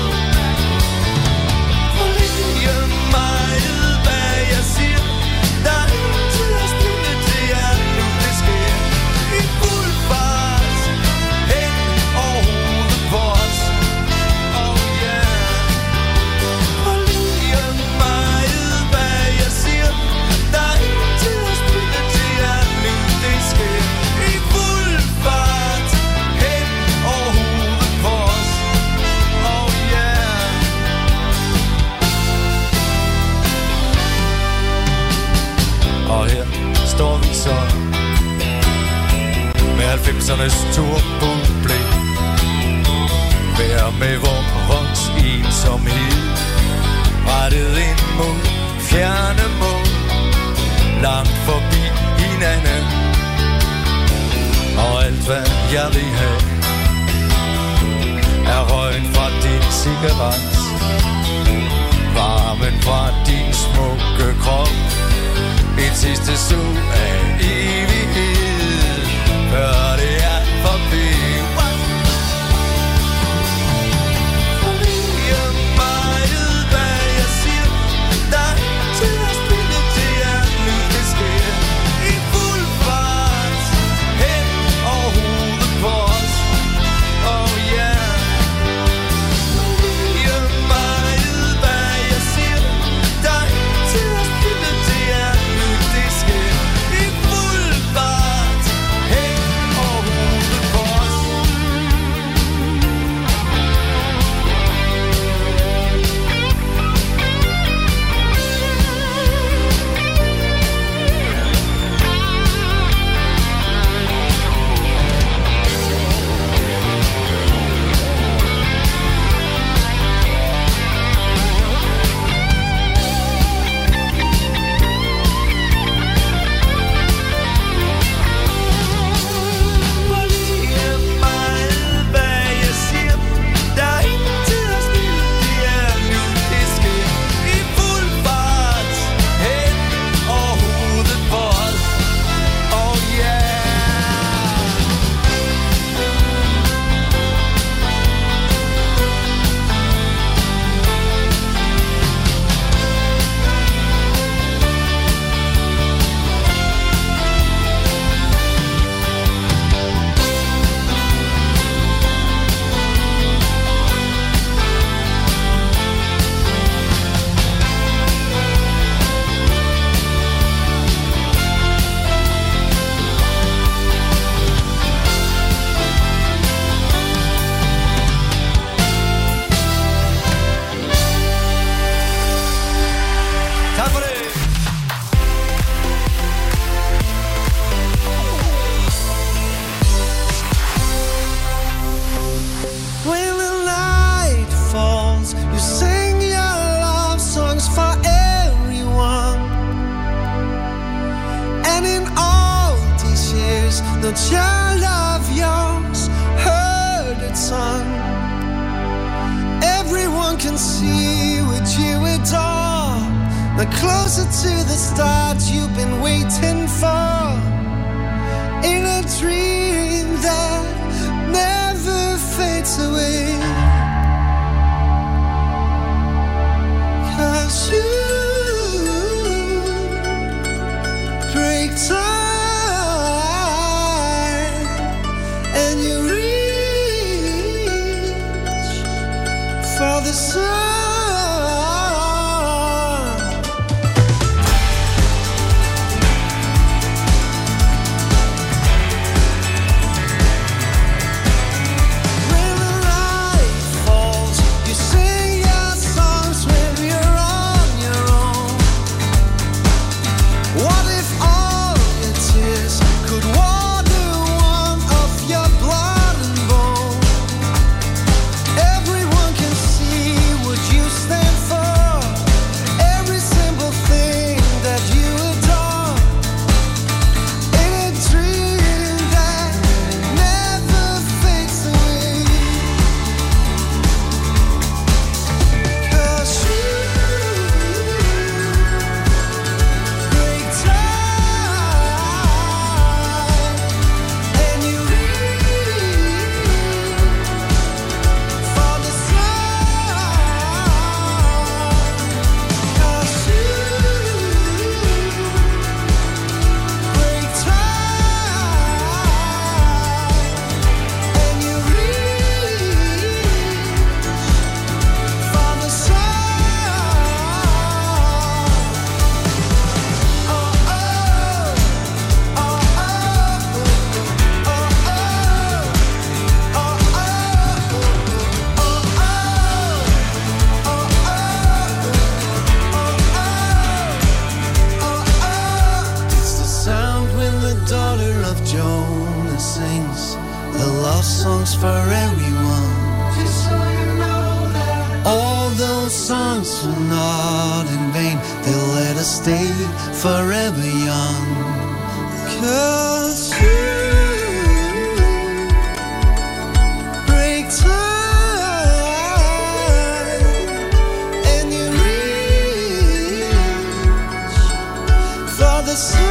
Forlige mig, hvad jeg siger. Der er ingen tid at spille, det er nu det sker. I fuld fart, hen over hovedet på os. Oh yeah. Forlige mig, hvad jeg siger. Der er ingen tid at spille, det er nu det sker. I fuld fart, hen over hovedet på os. Oh yeah. Og her står vi så med 90'ernes turboblik, hver med vores ensomhed, rettet ind mod fjerne mål, langt forbi hinanden. Og alt hvad jeg vil have er røgen fra din cigaret, varmen fra din smukke krop, et sidste sug af evighed, før det er forbi. Forlige mig, hvad jeg siger. Der er ingen tid at spille, det er nu det sker. I fuld fart, hen over hovedet på os. Oh yeah. Forlige mig, hvad jeg siger. Der er ingen tid at spille, det er nu det sker. I fuld fart, hen over hovedet på os. Forlige mig, hvad jeg siger. Der er ingen tid at spille, det er nu det sker. I fuld fart, hen over hovedet på os. Oh yeah. Tak for det. When the night falls, you sing your love songs for everyone. And in all these years, no child of yours heard it sung. Everyone can see what you adore, the closer to the start you've been waiting for. In a dream that never fades away. 'Cause you for everyone. Just so you know that all those songs are not in vain. They'll let us stay forever young. 'Cause you break time and you reach for the sun.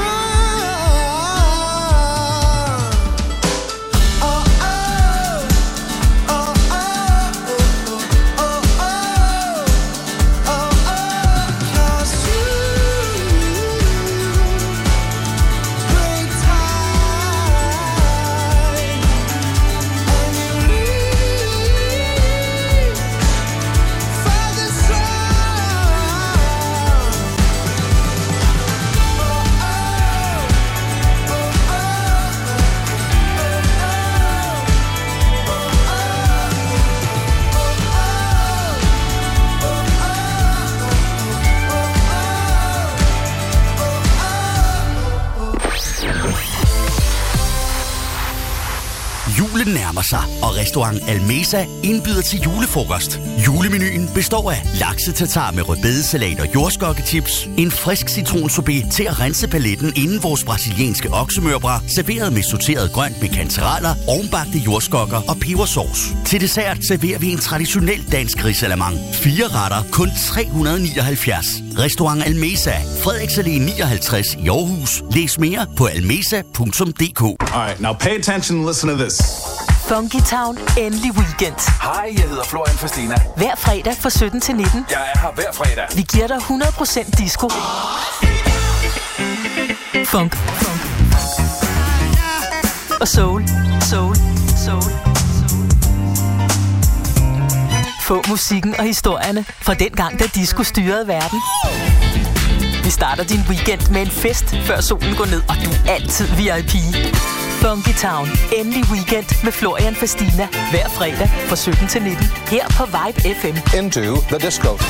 Julen nærmer sig, og restaurant Almesa indbyder til julefrokost. Julemenuen består af lakse-tartar med rødbedesalat og jordskokkechips, en frisk citronsorbet til at rense paletten inden vores brasilianske oksemørbrad, serveret med sorteret grønt med kantereller, ovnbagte jordskokker og pebersauce. Til dessert serverer vi en traditionel dansk risalamande. 4 retter, kun 379. Restaurant Almesa, Frederiks Allé 59 i Aarhus. Læs mere på almesa.dk. Alright, now pay attention and listen to this. Funky Town, endelig weekend. Hej, jeg hedder Florian Fastina. Hver fredag fra 17 til 19. Jeg er her hver fredag. Vi giver dig 100% disco. Funk. Og soul. Få musikken og historierne fra den gang, da disco styrede verden. Vi starter din weekend med en fest, før solen går ned, og du er altid VIP. Funky Town, endelig weekend med Florian Fastina. Hver fredag fra 17 til 19. Her på Vibe FM. Into the disco.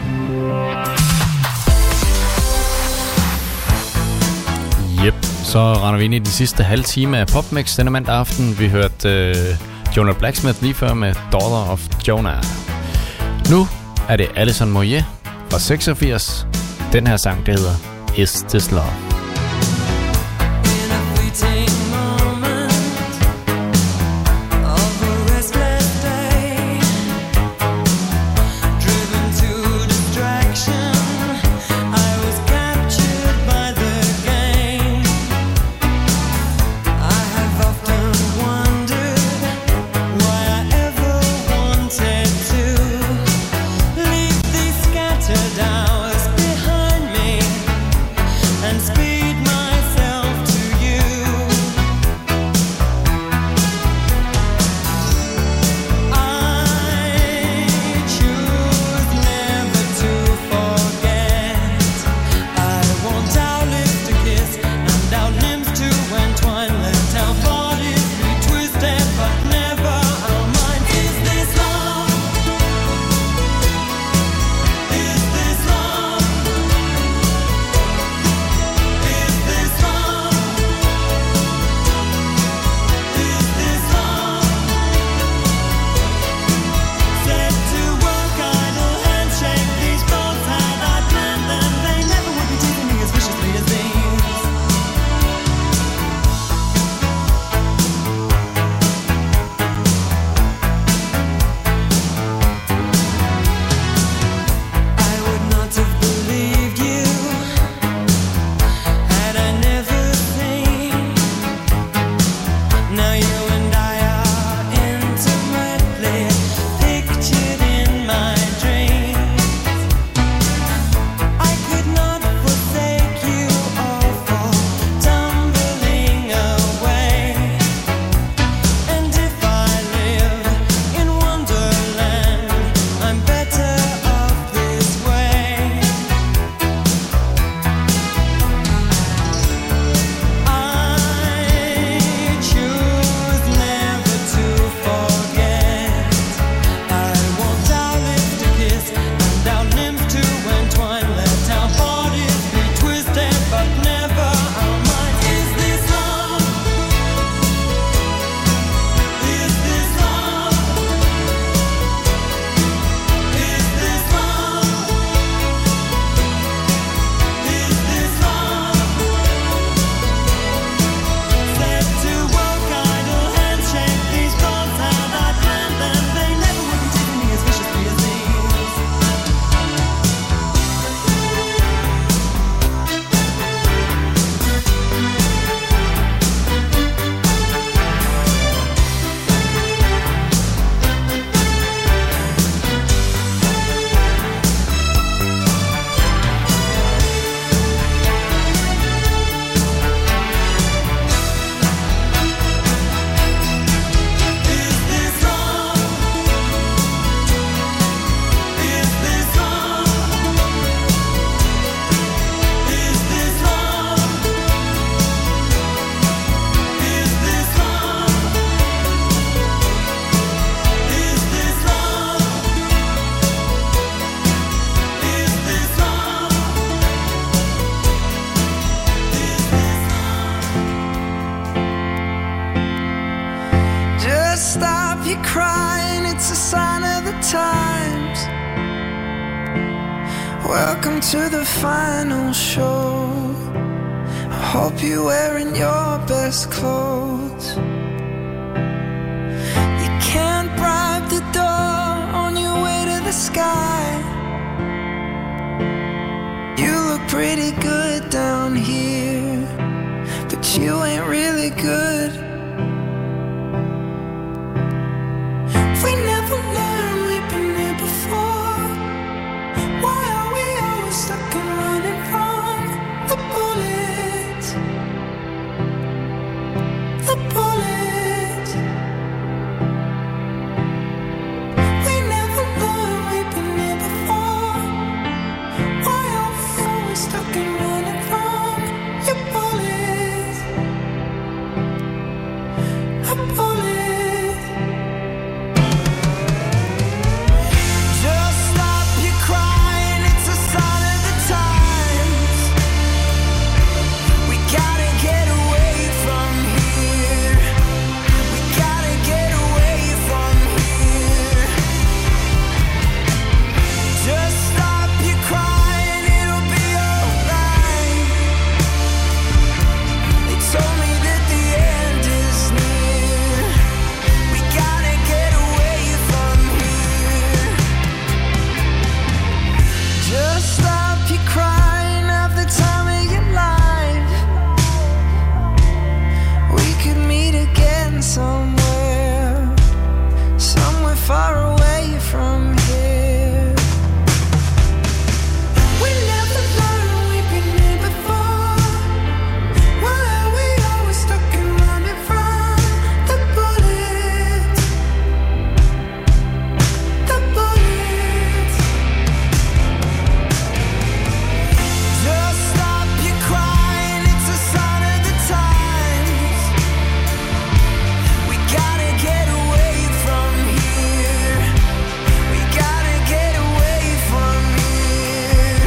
Yep, så render vi ind i den sidste halve time af PopMix denne mandag aften. Vi hørte Jonah Blacksmith lige før med Daughter of Jonah. Nu er det Alison Moyet fra 86. Den her sang, der hedder Is This Love. Down behind me and speak. you crying, it's a sign of the times. Welcome to the final show. I hope you're wearing your best clothes. You can't bribe the door on your way to the sky. You look pretty good down here, but you ain't really good. We never learned, we've been here before. Why are we always stuck and running from the bullets? The bullets. We never learned, we've been here before. Why are we always stuck and running from your bullets? A bullet. Just stop your crying, it's a sign of the times. We gotta get away from here. We gotta get away from here. Just stop your crying, it'll be alright. They told me that the end is near. We gotta get away from here. Just stop your crying, have the time of your life. We could meet again somewhere, somewhere far away from here. We never learned, we've been here before. Why are we always stuck and running from the bullets? The bullets. Just stop your crying, it's a sign of the times. We gotta get away from here. We gotta get away from here.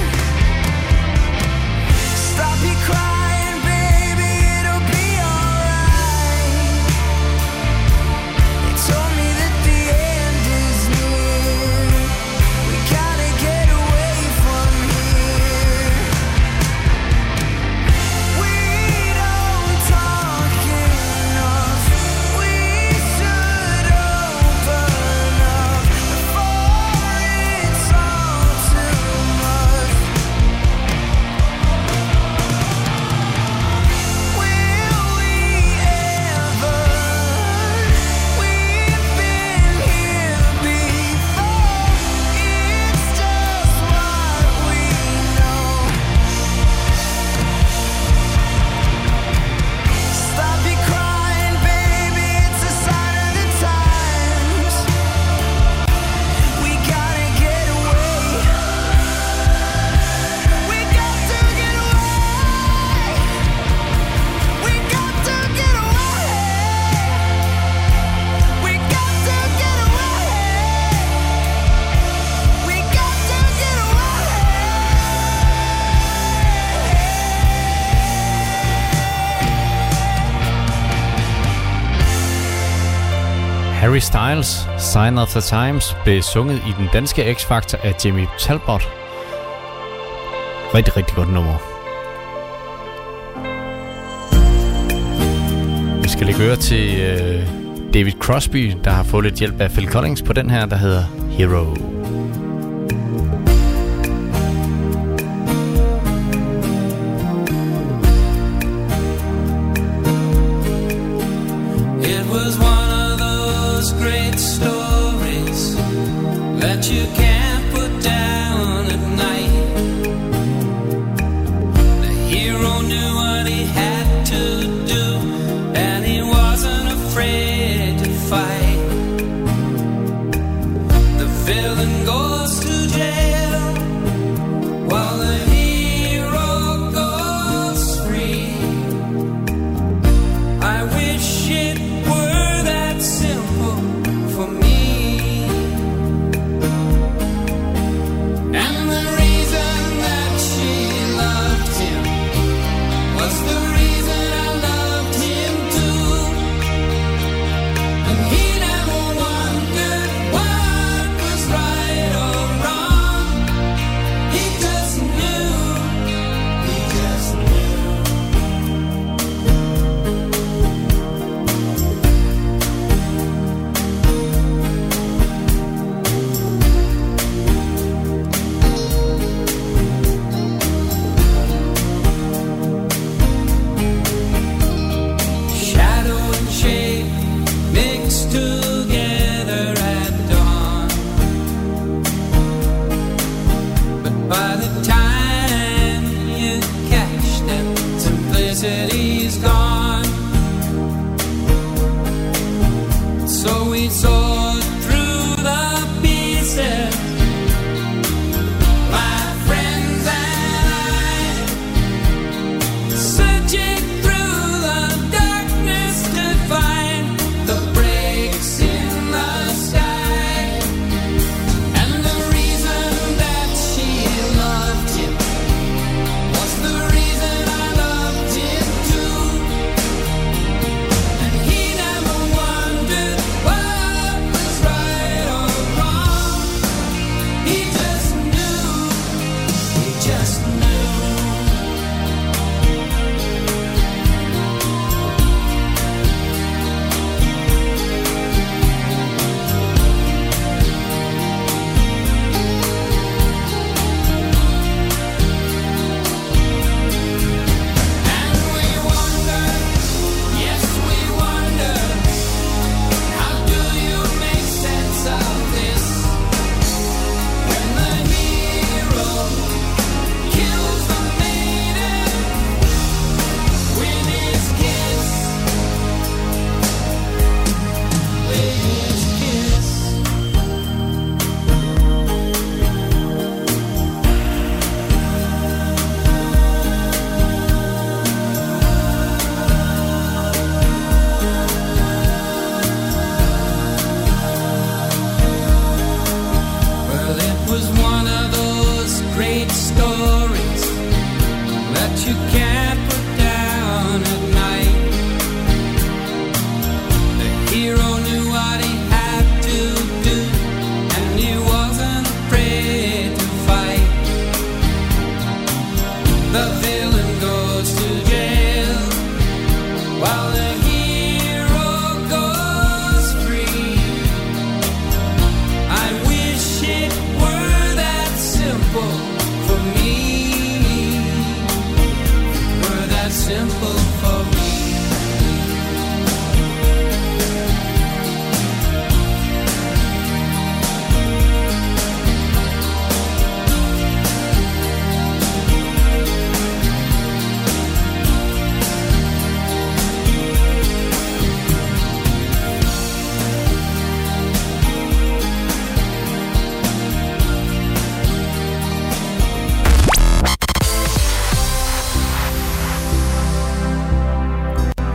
Stop your crying, baby, it'll be alright. They told me that the end is near. We gotta get away from here. We don't talk enough. We should open up before it's all too much. Will we ever? We've been here before. It's just what we know. Stop your crying, baby, it's a sign of the times. We gotta get away. We got to get away. We got to get away. We got to get away. We got to get away. Harry Styles, Sign of the Times, blev sunget i den danske X-Factor af Jimmy Talbot. Rigtig, rigtig godt nummer. Vi skal lægge øre til David Crosby, der har fået lidt hjælp af Phil Collins på den her, der hedder Hero. It was one of those great stories that you can't put down at night. The hero knew what he had to do, and he wasn't afraid to fight. The villain goes to jail while the hero goes free. I wish it were that simple for me.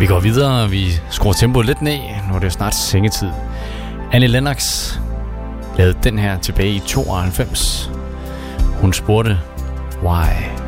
går videre, vi skruer tempoet lidt ned. Nu er det jo snart sengetid. Annie Lennox lavede den her tilbage i 92. Hun spurgte, why?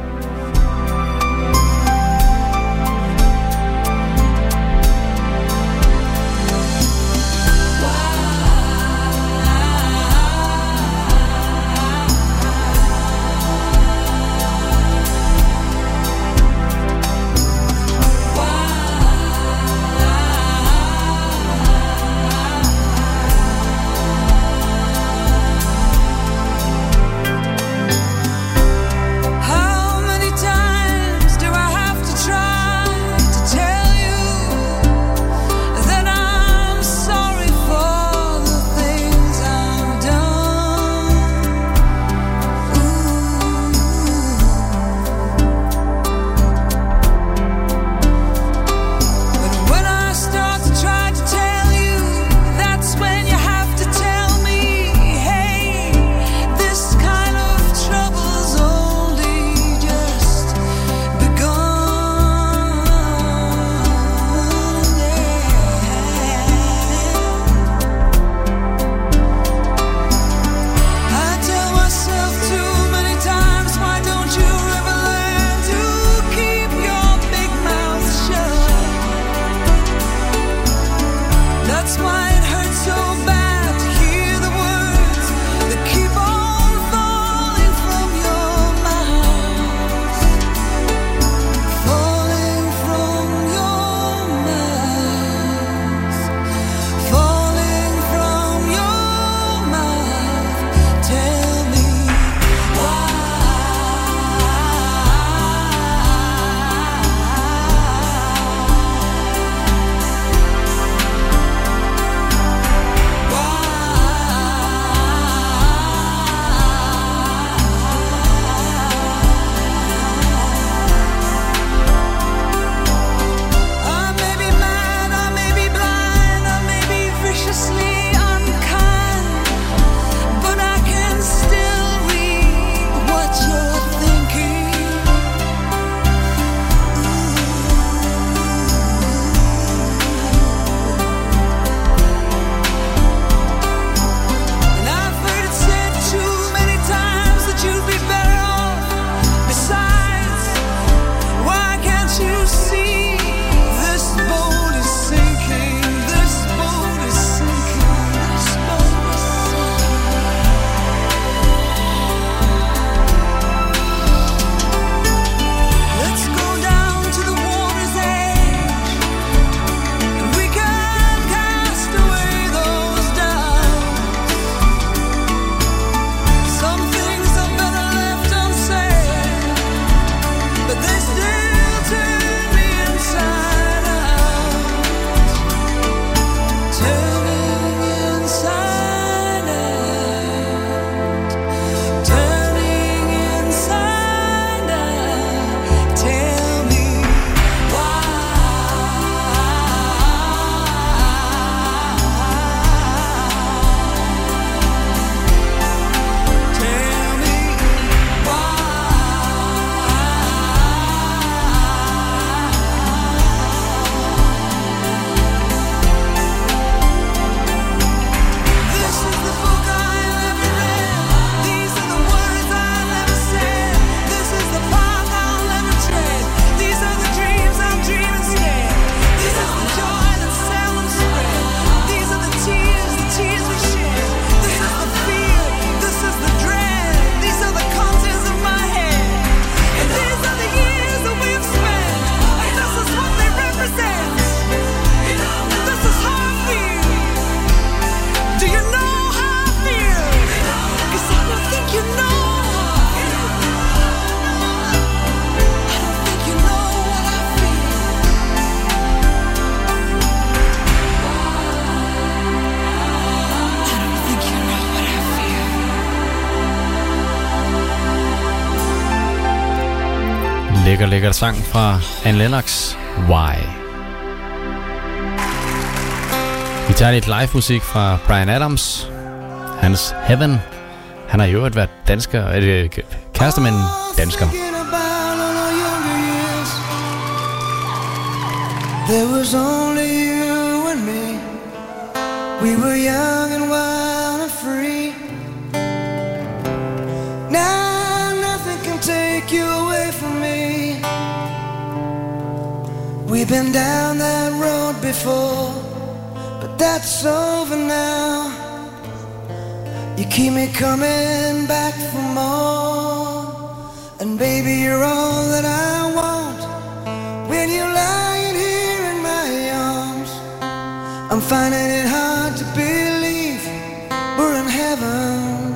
Lækker sang fra Annie Lennox, Why? Vi tager lidt live musik fra Bryan Adams, hans Heaven. Han har jo været dansker, kæreste med en dansker. There was only you and me. We were young and wild and free. Now nothing can take you away from me. We've been down that road before, but that's over now. You keep me coming back for more. And baby, you're all that I want. When you're lying here in my arms, I'm finding it hard to believe we're in heaven.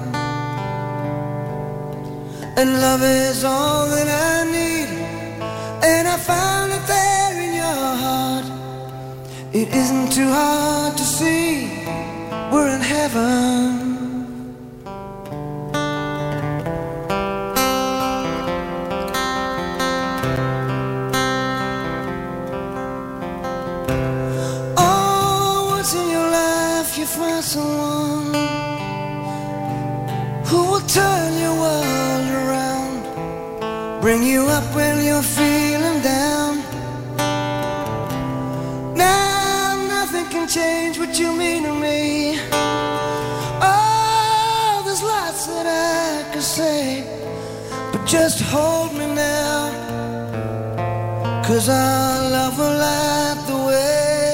And love is all that I need, and I found it there in your heart. It isn't too hard to see we're in heaven. Find someone who will turn your world around, bring you up when you're feeling down. Now nothing can change what you mean to me. Oh, there's lots that I could say, but just hold me now, 'cause our love will light the way.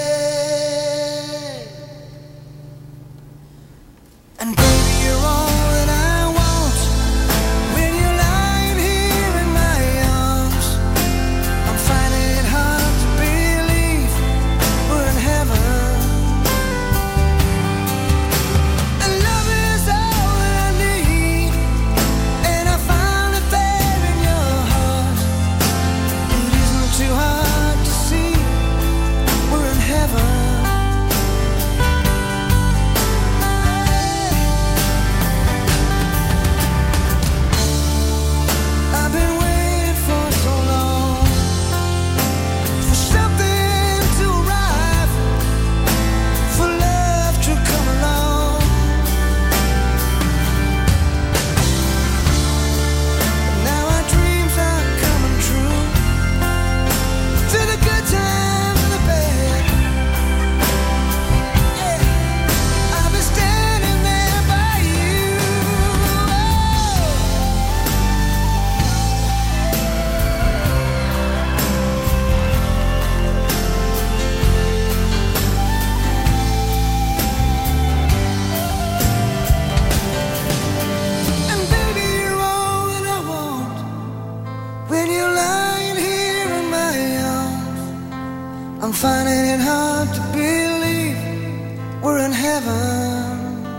And baby, you're all that I want. When you're lying here in my arms, I'm finding it hard to believe we're in heaven. And love is all that I need, and I found it there in your heart. It isn't too hard to see we're in heaven. I'm finding it hard to believe we're in heaven.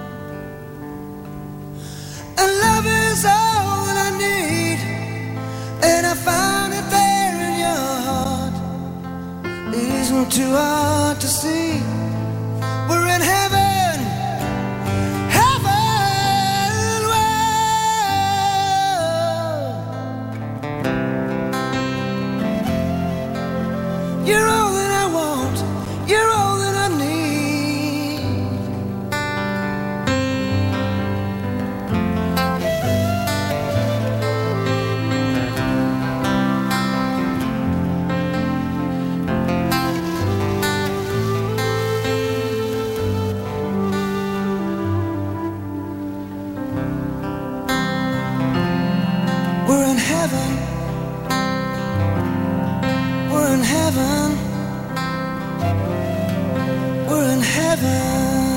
And love is all that I need, and I found it there in your heart. It isn't too hard to see we're in heaven. Heaven, whoa. You're all that I want. You're all that I need. We're in heaven. We're in heaven. We're in heaven.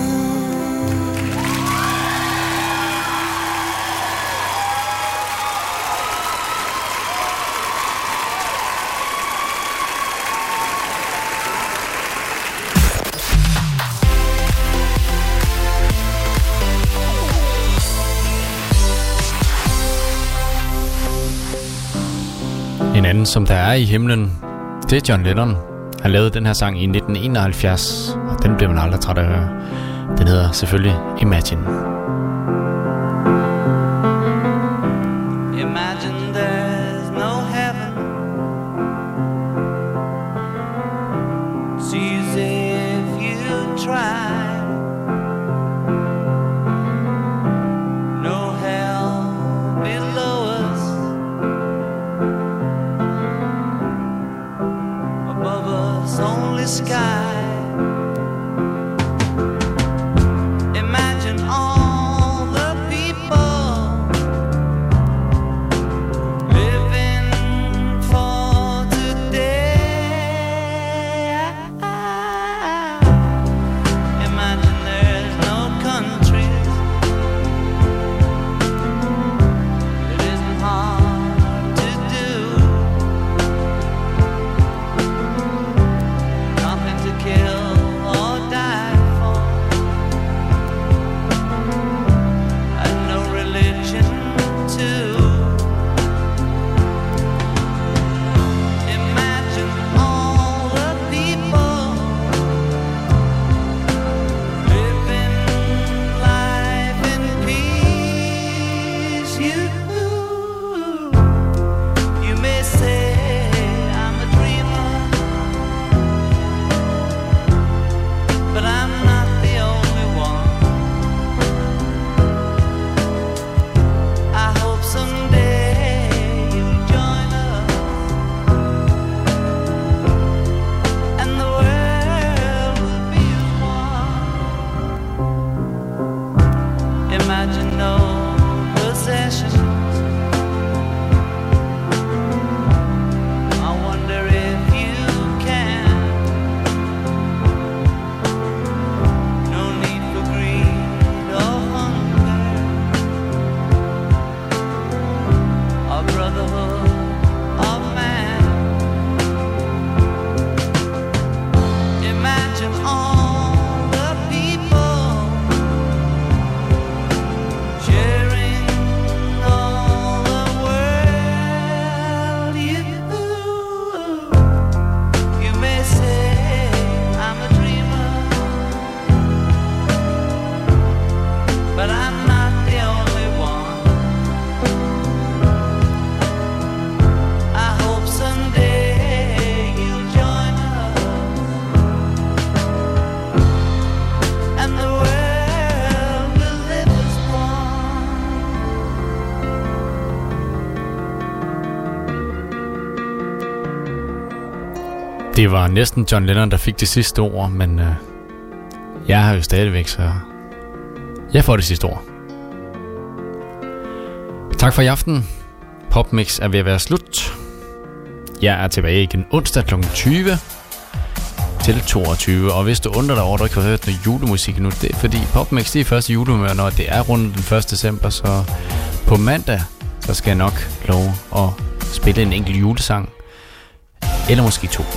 En anden, som der er i himlen, det er John Lennon. Han lavede den her sang i 1971, og den bliver man aldrig træt af at høre. Den hedder selvfølgelig Imagine. Imagine there's no heaven. It's easy if you try. No hell below us. Above us only imagine no possessions. I wonder if you can. No need for greed or hunger, or brotherhood of man. Imagine all the people sharing all the world. You may say I'm a dreamer, but I'm not the only one. I hope someday you'll join us, and the world will live as one. Det var næsten John Lennon, der fik det sidste ord, men jeg har jo stadigvæk, så jeg får det sidste ord. Tak for i aften. Popmix er ved at være slut. Jeg er tilbage igen onsdag kl. 20 til 22, og hvis du undrer dig over, at du ikke har hørt noget julemusik nu, det er fordi Popmix, det er første julehumør, når det er rundt den 1. december, så på mandag, så skal jeg nok love at spille en enkelt julesang, eller måske 2.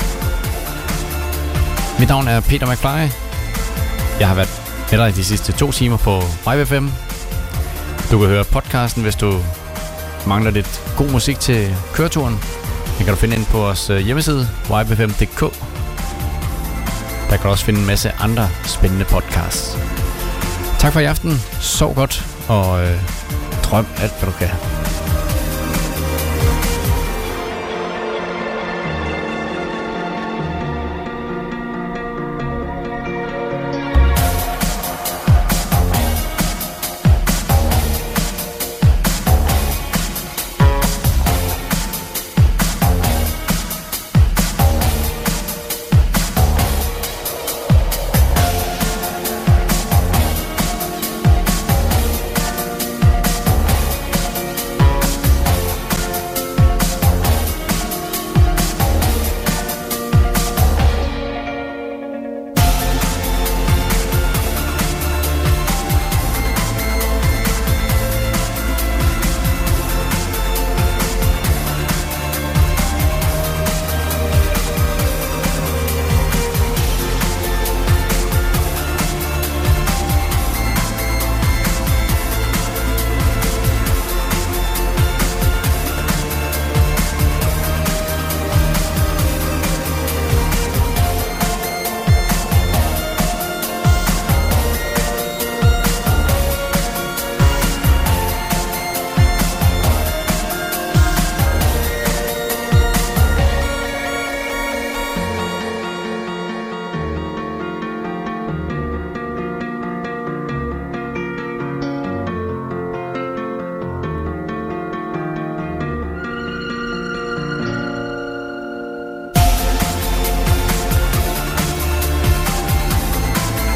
Mit navn er Peter McFly. Jeg har været med dig de sidste 2 timer på Vibe FM. Du kan høre podcasten, hvis du mangler lidt god musik til køreturen. Det kan du finde ind på vores hjemmeside, vibefm.dk. Der kan du også finde en masse andre spændende podcasts. Tak for i aften. Sov godt og drøm alt, hvad du kan.